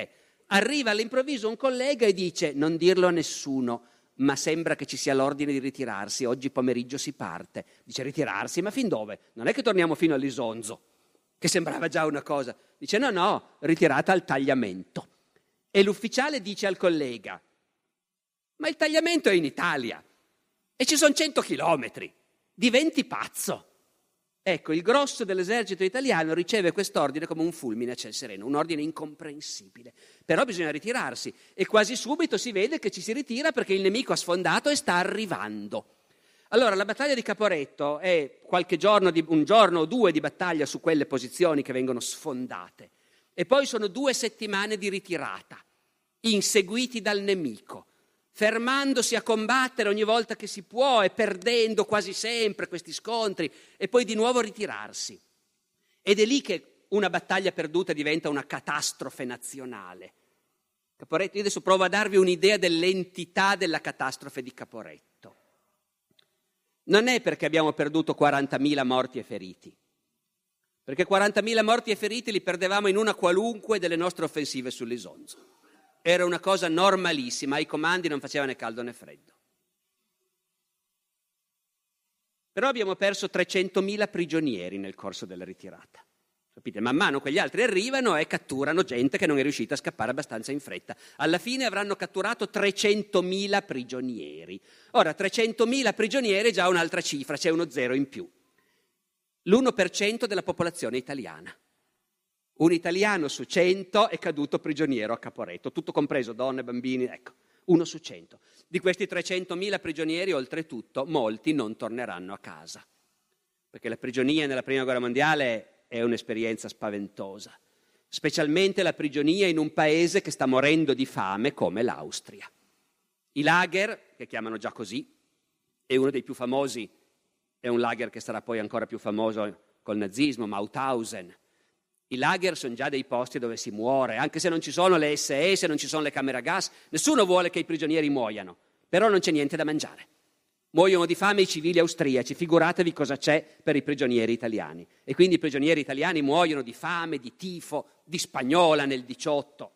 Arriva all'improvviso un collega e dice: non dirlo a nessuno, ma sembra che ci sia l'ordine di ritirarsi, oggi pomeriggio si parte. Dice: ritirarsi? Ma fin dove? Non è che torniamo fino all'Isonzo, che sembrava già una cosa. Dice: no, ritirata al tagliamento. E l'ufficiale dice al collega: ma il tagliamento è in Italia e ci sono 100 chilometri, diventi pazzo. Ecco, il grosso dell'esercito italiano riceve quest'ordine come un fulmine a ciel sereno, un ordine incomprensibile. Però bisogna ritirarsi e quasi subito si vede che ci si ritira perché il nemico ha sfondato e sta arrivando. Allora, la battaglia di Caporetto è un giorno o due di battaglia su quelle posizioni che vengono sfondate. E poi sono 2 settimane di ritirata, inseguiti dal nemico, fermandosi a combattere ogni volta che si può e perdendo quasi sempre questi scontri e poi di nuovo ritirarsi. Ed è lì che una battaglia perduta diventa una catastrofe nazionale. Caporetto, io adesso provo a darvi un'idea dell'entità della catastrofe di Caporetto. Non è perché abbiamo perduto 40.000 morti e feriti, perché 40.000 morti e feriti li perdevamo in una qualunque delle nostre offensive sull'Isonzo. Era una cosa normalissima, ai comandi non faceva né caldo né freddo. Però abbiamo perso 300.000 prigionieri nel corso della ritirata. Capite? Man mano quegli altri arrivano e catturano gente che non è riuscita a scappare abbastanza in fretta. Alla fine avranno catturato 300.000 prigionieri. Ora, 300.000 prigionieri è già un'altra cifra, c'è uno zero in più. L'1% della popolazione italiana. Un italiano su 100 è caduto prigioniero a Caporetto, tutto compreso, donne, bambini, ecco, 1 su 100. Di questi 300.000 prigionieri, oltretutto, molti non torneranno a casa, perché la prigionia nella Prima Guerra Mondiale è un'esperienza spaventosa, specialmente la prigionia in un paese che sta morendo di fame come l'Austria. I lager, che chiamano già così, e uno dei più famosi è un lager che sarà poi ancora più famoso col nazismo, Mauthausen. I lager sono già dei posti dove si muore, anche se non ci sono le SS, non ci sono le camere a gas, nessuno vuole che i prigionieri muoiano, però non c'è niente da mangiare. Muoiono di fame i civili austriaci, figuratevi cosa c'è per i prigionieri italiani. E quindi i prigionieri italiani muoiono di fame, di tifo, di spagnola nel 18.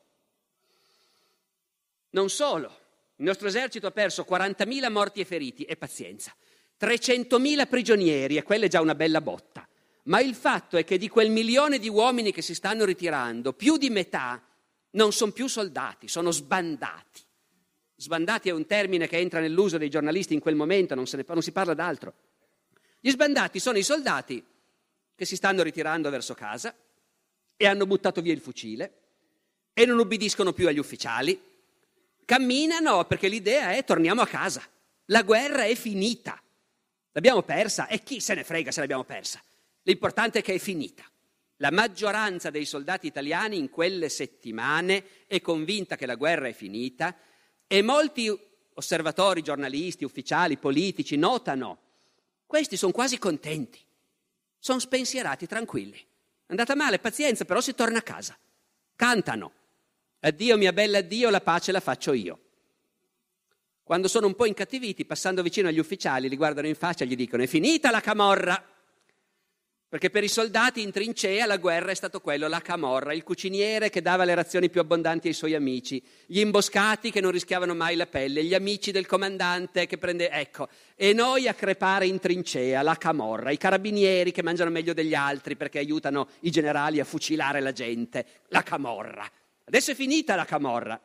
Non solo, il nostro esercito ha perso 40.000 morti e feriti, e pazienza, 300.000 prigionieri, e quella è già una bella botta. Ma il fatto è che di quel 1 milione di uomini che si stanno ritirando, più di metà non sono più soldati, sono sbandati. Sbandati è un termine che entra nell'uso dei giornalisti in quel momento, non si parla d'altro. Gli sbandati sono i soldati che si stanno ritirando verso casa e hanno buttato via il fucile e non ubbidiscono più agli ufficiali. Camminano perché l'idea è: torniamo a casa, la guerra è finita, l'abbiamo persa e chi se ne frega se l'abbiamo persa. L'importante è che è finita. La maggioranza dei soldati italiani in quelle settimane è convinta che la guerra è finita e molti osservatori, giornalisti, ufficiali, politici notano: questi sono quasi contenti, sono spensierati, tranquilli. È andata male, pazienza, però si torna a casa. Cantano: addio mia bella addio, la pace la faccio io. Quando sono un po' incattiviti, passando vicino agli ufficiali, li guardano in faccia e gli dicono: è finita la camorra. Perché per i soldati in trincea la guerra è stato quello, la camorra, il cuciniere che dava le razioni più abbondanti ai suoi amici, gli imboscati che non rischiavano mai la pelle, gli amici del comandante che ecco, e noi a crepare in trincea, la camorra, i carabinieri che mangiano meglio degli altri perché aiutano i generali a fucilare la gente, la camorra. Adesso è finita la camorra.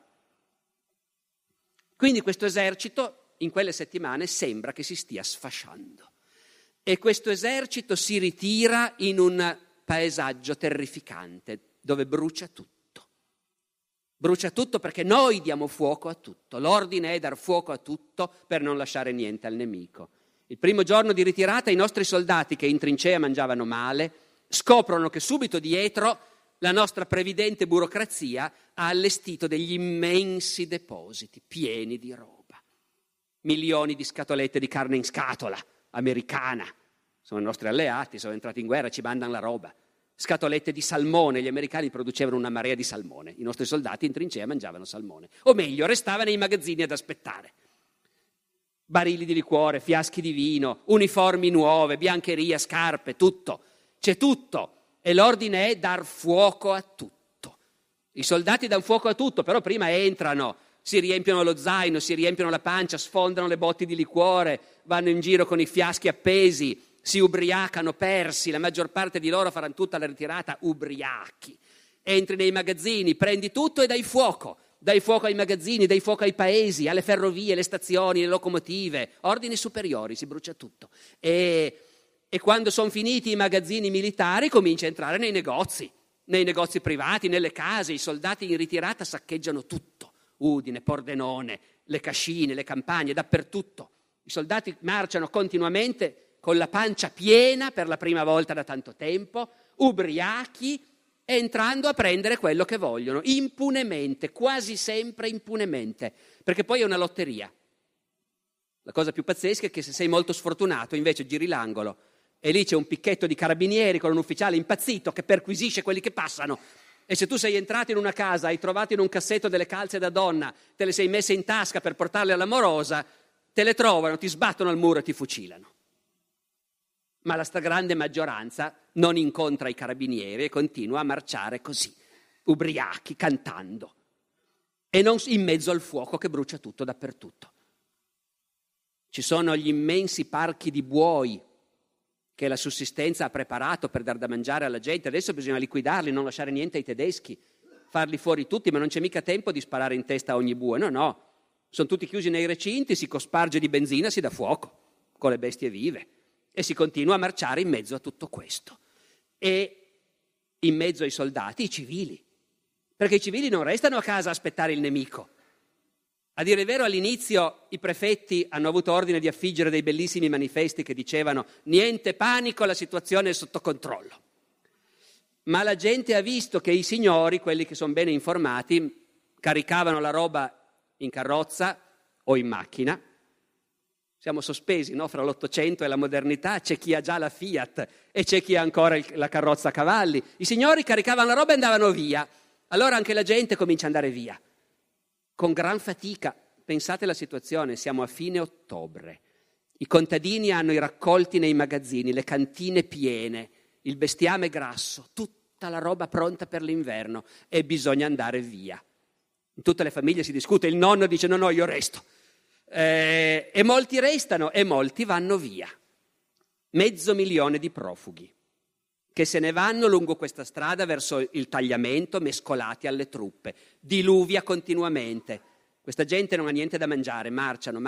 Quindi questo esercito in quelle settimane sembra che si stia sfasciando. E questo esercito si ritira in un paesaggio terrificante, dove brucia tutto. Brucia tutto perché noi diamo fuoco a tutto. L'ordine è dar fuoco a tutto per non lasciare niente al nemico. Il primo giorno di ritirata i nostri soldati, che in trincea mangiavano male, scoprono che subito dietro la nostra previdente burocrazia ha allestito degli immensi depositi pieni di roba. Milioni di scatolette di carne in scatola americana, sono i nostri alleati, sono entrati in guerra, ci mandano la roba. Scatolette di salmone, gli americani producevano una marea di salmone, i nostri soldati in trincea mangiavano salmone, o meglio, restavano nei magazzini ad aspettare. Barili di liquore, fiaschi di vino, uniformi nuove, biancheria, scarpe, tutto, c'è tutto, e l'ordine è dar fuoco a tutto. I soldati danno fuoco a tutto, però prima entrano, si riempiono lo zaino, si riempiono la pancia, sfondano le botti di liquore, vanno in giro con i fiaschi appesi, si ubriacano persi, la maggior parte di loro faranno tutta la ritirata ubriachi. Entri nei magazzini, prendi tutto e dai fuoco ai magazzini, dai fuoco ai paesi, alle ferrovie, le stazioni, le locomotive, ordini superiori, si brucia tutto. E quando sono finiti i magazzini militari comincia a entrare nei negozi privati, nelle case, i soldati in ritirata saccheggiano tutto, Udine, Pordenone, le cascine, le campagne, dappertutto. I soldati marciano continuamente con la pancia piena per la prima volta da tanto tempo, ubriachi, entrando a prendere quello che vogliono, impunemente, quasi sempre impunemente, perché poi è una lotteria. La cosa più pazzesca è che se sei molto sfortunato invece giri l'angolo e lì c'è un picchetto di carabinieri con un ufficiale impazzito che perquisisce quelli che passano, e se tu sei entrato in una casa, hai trovato in un cassetto delle calze da donna, te le sei messe in tasca per portarle all'amorosa, te le trovano, ti sbattono al muro e ti fucilano. Ma la stragrande maggioranza non incontra i carabinieri e continua a marciare così, ubriachi, cantando, e non in mezzo al fuoco che brucia tutto dappertutto. Ci sono gli immensi parchi di buoi che la sussistenza ha preparato per dar da mangiare alla gente. Adesso bisogna liquidarli, non lasciare niente ai tedeschi, farli fuori tutti, ma non c'è mica tempo di sparare in testa a ogni bue. No, sono tutti chiusi nei recinti, si cosparge di benzina, si dà fuoco con le bestie vive e si continua a marciare in mezzo a tutto questo. E in mezzo ai soldati i civili, perché i civili non restano a casa a aspettare il nemico. A dire il vero, all'inizio i prefetti hanno avuto ordine di affiggere dei bellissimi manifesti che dicevano niente panico, la situazione è sotto controllo. Ma la gente ha visto che i signori, quelli che sono bene informati, caricavano la roba in carrozza o in macchina. Siamo sospesi, no? Fra l'Ottocento e la modernità c'è chi ha già la Fiat e c'è chi ha ancora la carrozza a cavalli. I signori caricavano la roba e andavano via. Allora anche la gente comincia ad andare via. Con gran fatica, pensate alla situazione, siamo a fine ottobre, i contadini hanno i raccolti nei magazzini, le cantine piene, il bestiame grasso, tutta la roba pronta per l'inverno e bisogna andare via. In tutte le famiglie si discute, il nonno dice no, io resto. E molti restano e molti vanno via. 500.000 di profughi che se ne vanno lungo questa strada verso il tagliamento mescolati alle truppe. Diluvia continuamente. Questa gente non ha niente da mangiare, marciano.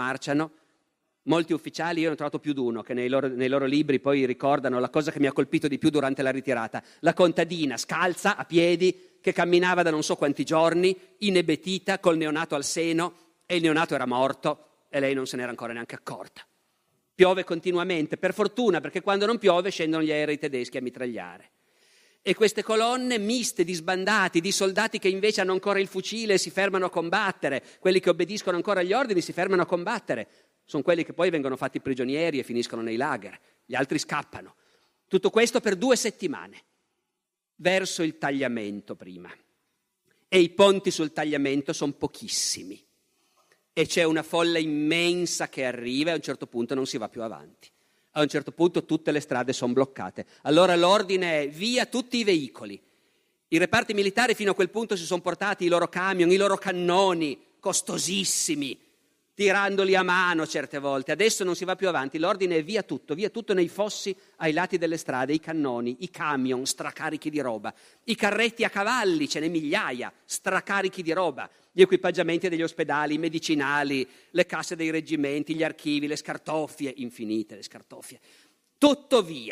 Molti ufficiali, io ne ho trovato più di uno, che nei loro libri poi ricordano la cosa che mi ha colpito di più durante la ritirata. La contadina scalza, a piedi, che camminava da non so quanti giorni, inebetita, col neonato al seno, e il neonato era morto e lei non se n'era ancora neanche accorta. Piove continuamente, per fortuna, perché quando non piove scendono gli aerei tedeschi a mitragliare. E queste colonne miste di sbandati, di soldati che invece hanno ancora il fucile e si fermano a combattere, quelli che obbediscono ancora agli ordini si fermano a combattere, sono quelli che poi vengono fatti prigionieri e finiscono nei lager, gli altri scappano. Tutto questo per 2 settimane, verso il tagliamento prima. E i ponti sul tagliamento sono pochissimi. E c'è una folla immensa che arriva e a un certo punto non si va più avanti. A un certo punto tutte le strade sono bloccate. Allora l'ordine è via tutti i veicoli. I reparti militari fino a quel punto si sono portati i loro camion, i loro cannoni, costosissimi, tirandoli a mano certe volte. Adesso non si va più avanti, l'ordine è via tutto nei fossi ai lati delle strade, i cannoni, i camion stracarichi di roba, i carretti a cavalli, ce n'è migliaia, stracarichi di roba, gli equipaggiamenti degli ospedali, i medicinali, le casse dei reggimenti, gli archivi, le scartoffie, infinite le scartoffie, tutto via.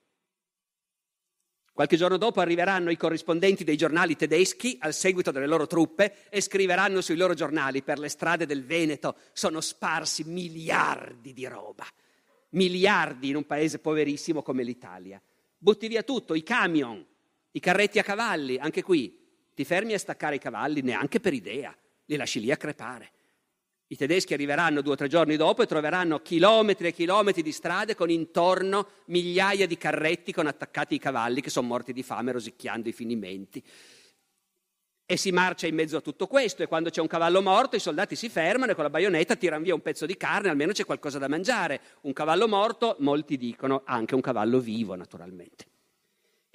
Qualche giorno dopo arriveranno i corrispondenti dei giornali tedeschi al seguito delle loro truppe e scriveranno sui loro giornali: per le strade del Veneto sono sparsi miliardi di roba, miliardi in un paese poverissimo come l'Italia. Butti via tutto, i camion, i carretti a cavalli, anche qui ti fermi a staccare i cavalli, neanche per idea, li lasci lì a crepare. I tedeschi arriveranno 2 o 3 giorni dopo e troveranno chilometri e chilometri di strade con intorno migliaia di carretti con attaccati i cavalli che sono morti di fame rosicchiando i finimenti. E si marcia in mezzo a tutto questo e quando c'è un cavallo morto i soldati si fermano e con la baionetta tirano via un pezzo di carne, almeno c'è qualcosa da mangiare. Un cavallo morto, molti dicono, anche un cavallo vivo naturalmente.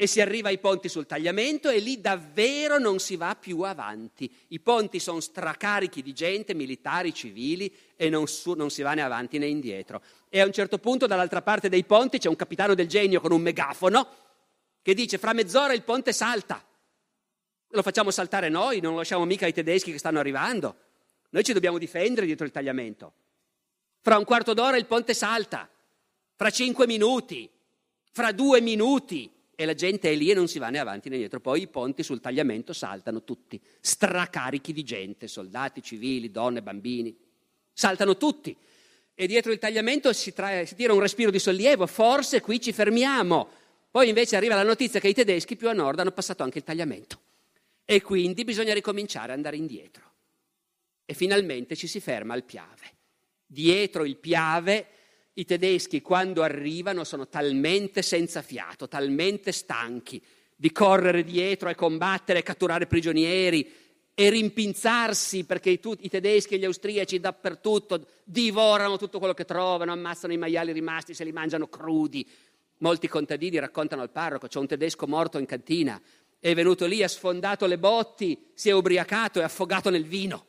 e si arriva ai ponti sul Tagliamento e lì davvero non si va più avanti. I ponti sono stracarichi di gente, militari, civili, e non si va né avanti né indietro. E a un certo punto dall'altra parte dei ponti c'è un capitano del Genio con un megafono che dice: fra mezz'ora il ponte salta. Lo facciamo saltare noi, non lo lasciamo mica ai tedeschi che stanno arrivando. Noi ci dobbiamo difendere dietro il Tagliamento. Fra un quarto d'ora il ponte salta, fra 5 minuti, fra 2 minuti. E la gente è lì e non si va né avanti né indietro. Poi i ponti sul Tagliamento saltano tutti, stracarichi di gente, soldati, civili, donne, bambini. Saltano tutti. E dietro il Tagliamento si tira un respiro di sollievo, forse qui ci fermiamo. Poi invece arriva la notizia che i tedeschi più a nord hanno passato anche il Tagliamento. E quindi bisogna ricominciare ad andare indietro. E finalmente ci si ferma al Piave. Dietro il Piave i tedeschi quando arrivano sono talmente senza fiato, talmente stanchi di correre dietro e combattere e catturare prigionieri e rimpinzarsi, perché i tedeschi e gli austriaci dappertutto divorano tutto quello che trovano, ammazzano i maiali rimasti, se li mangiano crudi. Molti contadini raccontano al parroco: c'è un tedesco morto in cantina, è venuto lì, ha sfondato le botti, si è ubriacato e affogato nel vino.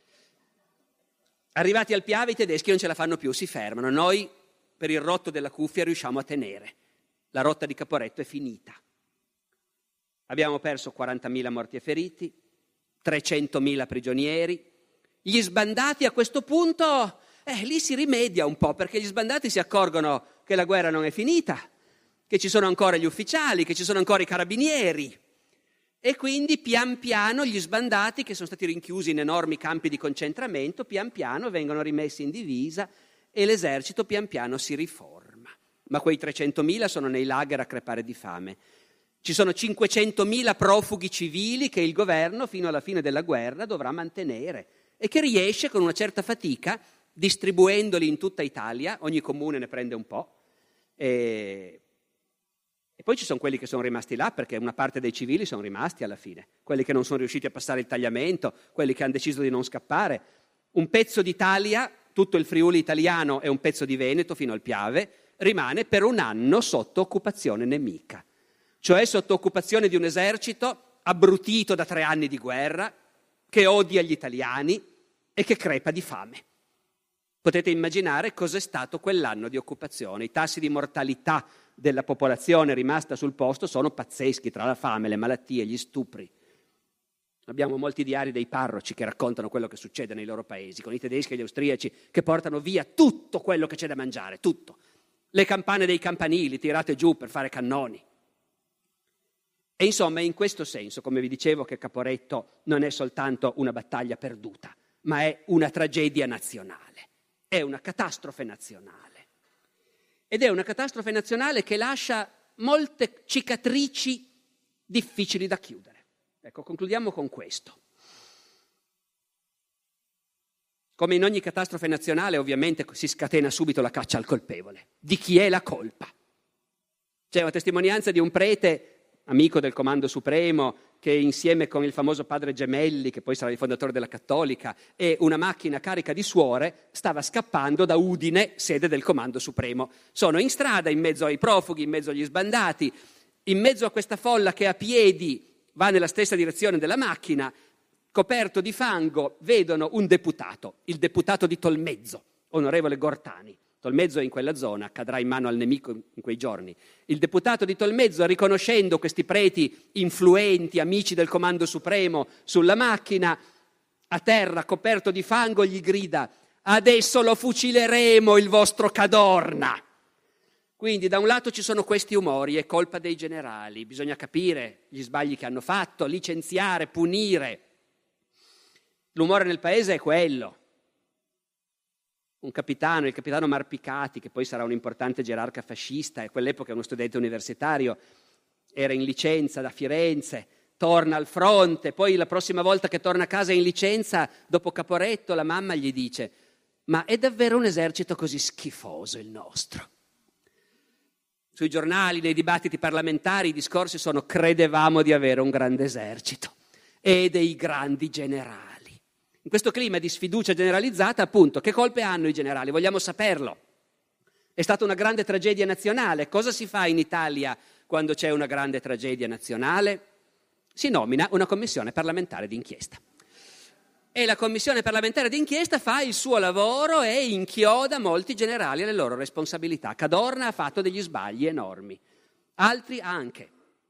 Arrivati al Piave i tedeschi non ce la fanno più, si fermano. Noi per il rotto della cuffia riusciamo a tenere. La rotta di Caporetto è finita. Abbiamo perso 40.000 morti e feriti, 300.000 prigionieri. Gli sbandati a questo punto, lì si rimedia un po', perché gli sbandati si accorgono che la guerra non è finita, che ci sono ancora gli ufficiali, che ci sono ancora i carabinieri. E quindi pian piano gli sbandati, che sono stati rinchiusi in enormi campi di concentramento, pian piano vengono rimessi in divisa e l'esercito pian piano si riforma. Ma quei 300.000 sono nei lager a crepare di fame. Ci sono 500.000 profughi civili che il governo fino alla fine della guerra dovrà mantenere e che riesce con una certa fatica, distribuendoli in tutta Italia, ogni comune ne prende un po', e poi ci sono quelli che sono rimasti là, perché una parte dei civili sono rimasti alla fine, quelli che non sono riusciti a passare il Tagliamento, quelli che hanno deciso di non scappare. Un pezzo d'Italia, tutto il Friuli italiano e un pezzo di Veneto fino al Piave, rimane per un anno sotto occupazione nemica, cioè sotto occupazione di un esercito abbrutito da 3 anni di guerra, che odia gli italiani e che crepa di fame. Potete immaginare cos'è stato quell'anno di occupazione. I tassi di mortalità della popolazione rimasta sul posto sono pazzeschi, tra la fame, le malattie, gli stupri. Abbiamo molti diari dei parroci che raccontano quello che succede nei loro paesi, con i tedeschi e gli austriaci che portano via tutto quello che c'è da mangiare, tutto. Le campane dei campanili tirate giù per fare cannoni. E insomma, è in questo senso, come vi dicevo, che Caporetto non è soltanto una battaglia perduta, ma è una tragedia nazionale, è una catastrofe nazionale. Ed è una catastrofe nazionale che lascia molte cicatrici difficili da chiudere. Ecco, concludiamo con questo. Come in ogni catastrofe nazionale, ovviamente si scatena subito la caccia al colpevole. Di chi è la colpa? C'è una testimonianza di un prete, amico del Comando Supremo, che insieme con il famoso padre Gemelli, che poi sarà il fondatore della Cattolica, e una macchina carica di suore, stava scappando da Udine, sede del Comando Supremo. Sono in strada, in mezzo ai profughi, in mezzo agli sbandati, in mezzo a questa folla che a piedi va nella stessa direzione della macchina, coperto di fango, vedono un deputato, il deputato di Tolmezzo, onorevole Gortani. Tolmezzo è in quella zona, cadrà in mano al nemico in quei giorni. Il deputato di Tolmezzo, riconoscendo questi preti influenti, amici del Comando Supremo, sulla macchina, a terra, coperto di fango, gli grida: adesso lo fucileremo il vostro Cadorna. Quindi da un lato ci sono questi umori, è colpa dei generali, bisogna capire gli sbagli che hanno fatto, licenziare, punire. L'umore nel paese è quello. Un capitano, il capitano Marpicati, che poi sarà un importante gerarca fascista, e a quell'epoca uno studente universitario, era in licenza da Firenze, torna al fronte, poi la prossima volta che torna a casa in licenza, dopo Caporetto, la mamma gli dice: ma è davvero un esercito così schifoso il nostro? Sui giornali, nei dibattiti parlamentari, i discorsi sono: credevamo di avere un grande esercito e dei grandi generali. In questo clima di sfiducia generalizzata, appunto, che colpe hanno i generali? Vogliamo saperlo. È stata una grande tragedia nazionale. Cosa si fa in Italia quando c'è una grande tragedia nazionale? Si nomina una commissione parlamentare d'inchiesta. E la commissione parlamentare d'inchiesta fa il suo lavoro e inchioda molti generali alle loro responsabilità. Cadorna ha fatto degli sbagli enormi, altri anche.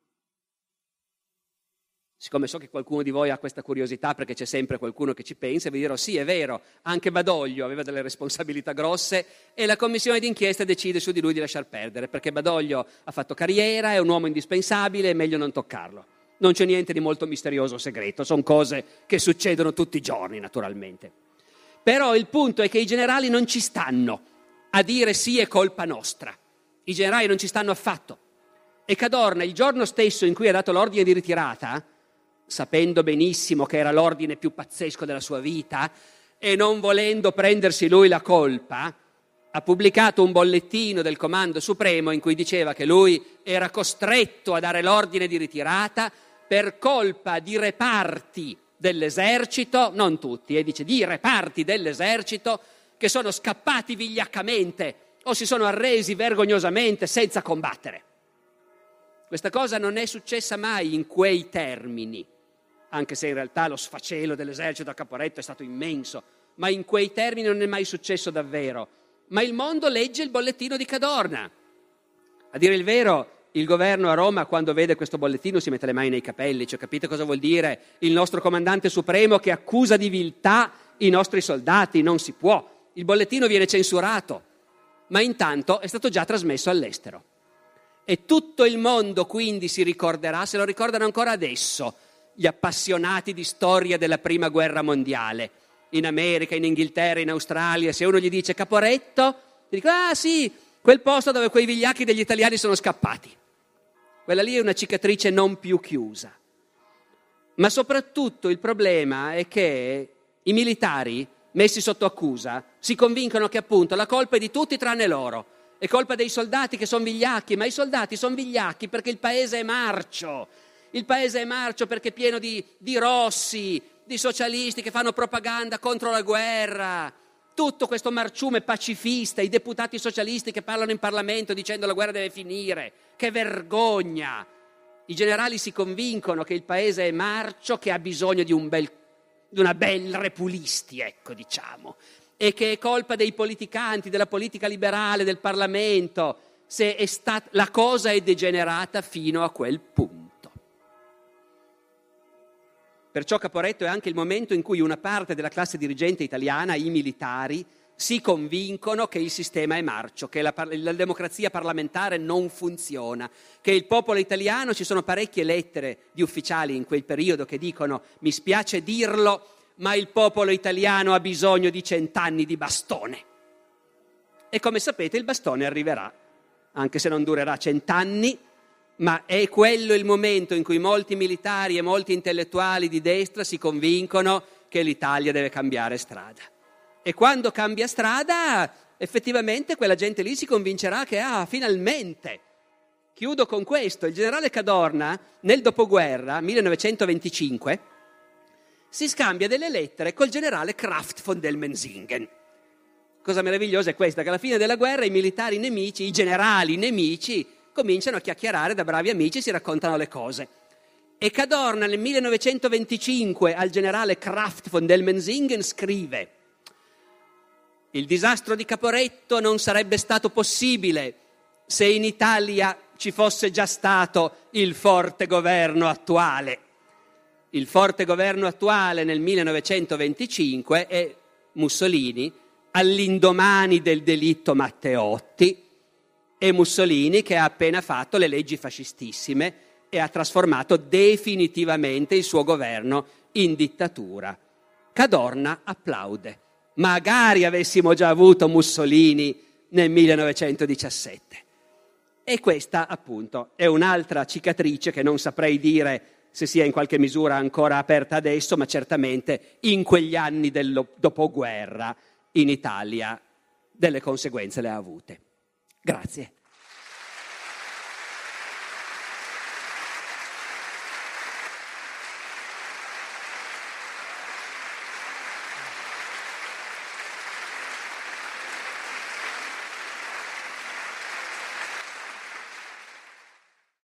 Siccome so che qualcuno di voi ha questa curiosità, perché c'è sempre qualcuno che ci pensa, vi dirò sì, è vero, anche Badoglio aveva delle responsabilità grosse e la commissione d'inchiesta decide su di lui di lasciar perdere, perché Badoglio ha fatto carriera, è un uomo indispensabile, è meglio non toccarlo. Non c'è niente di molto misterioso o segreto, sono cose che succedono tutti i giorni, naturalmente. Però il punto è che i generali non ci stanno a dire sì, è colpa nostra. I generali non ci stanno affatto. E Cadorna, il giorno stesso in cui ha dato l'ordine di ritirata, sapendo benissimo che era l'ordine più pazzesco della sua vita e non volendo prendersi lui la colpa, ha pubblicato un bollettino del Comando Supremo in cui diceva che lui era costretto a dare l'ordine di ritirata per colpa di reparti dell'esercito, non tutti, dice di reparti dell'esercito che sono scappati vigliaccamente o si sono arresi vergognosamente senza combattere. Questa cosa non è successa mai in quei termini, anche se in realtà lo sfacelo dell'esercito a Caporetto è stato immenso, ma in quei termini non è mai successo davvero. Ma il mondo legge il bollettino di Cadorna. A dire il vero, il governo a Roma, quando vede questo bollettino, si mette le mani nei capelli. Cioè, capite cosa vuol dire il nostro comandante supremo che accusa di viltà i nostri soldati? Non si può. Il bollettino viene censurato, ma intanto è stato già trasmesso all'estero. E tutto il mondo quindi si ricorderà, se lo ricordano ancora adesso, gli appassionati di storia della Prima Guerra Mondiale. In America, in Inghilterra, in Australia, se uno gli dice Caporetto, ti dico, ah sì, quel posto dove quei vigliacchi degli italiani sono scappati. Quella lì è una cicatrice non più chiusa. Ma soprattutto il problema è che i militari messi sotto accusa si convincono che appunto la colpa è di tutti tranne loro. È colpa dei soldati che sono vigliacchi, ma i soldati sono vigliacchi perché il paese è marcio. Il paese è marcio perché è pieno di rossi, di socialisti che fanno propaganda contro la guerra, tutto questo marciume pacifista, i deputati socialisti che parlano in Parlamento dicendo la guerra deve finire, che vergogna. I generali si convincono che il paese è marcio, che ha bisogno di una bel repulisti, ecco, diciamo, e che è colpa dei politicanti, della politica liberale, del Parlamento, se la cosa è degenerata fino a quel punto. Perciò Caporetto è anche il momento in cui una parte della classe dirigente italiana, i militari, si convincono che il sistema è marcio, che la democrazia parlamentare non funziona, che il popolo italiano, ci sono parecchie lettere di ufficiali in quel periodo che dicono mi spiace dirlo, ma il popolo italiano ha bisogno di 100 anni di bastone. E come sapete il bastone arriverà, anche se non durerà 100 anni, ma è quello il momento in cui molti militari e molti intellettuali di destra si convincono che l'Italia deve cambiare strada. E quando cambia strada, effettivamente quella gente lì si convincerà che, finalmente, chiudo con questo, il generale Cadorna, nel dopoguerra, 1925, si scambia delle lettere col generale Kraft von Dellmensingen. Cosa meravigliosa è questa, che alla fine della guerra i militari nemici, i generali nemici, cominciano a chiacchierare da bravi amici, si raccontano le cose. E Cadorna nel 1925 al generale Kraft von Dellmensingen scrive: il disastro di Caporetto non sarebbe stato possibile se in Italia ci fosse già stato il forte governo attuale. Il forte governo attuale nel 1925 è Mussolini, all'indomani del delitto Matteotti, e Mussolini che ha appena fatto le leggi fascistissime e ha trasformato definitivamente il suo governo in dittatura. Cadorna applaude. Magari avessimo già avuto Mussolini nel 1917. E questa, appunto, è un'altra cicatrice che non saprei dire se sia in qualche misura ancora aperta adesso, ma certamente in quegli anni del dopoguerra in Italia delle conseguenze le ha avute. Grazie.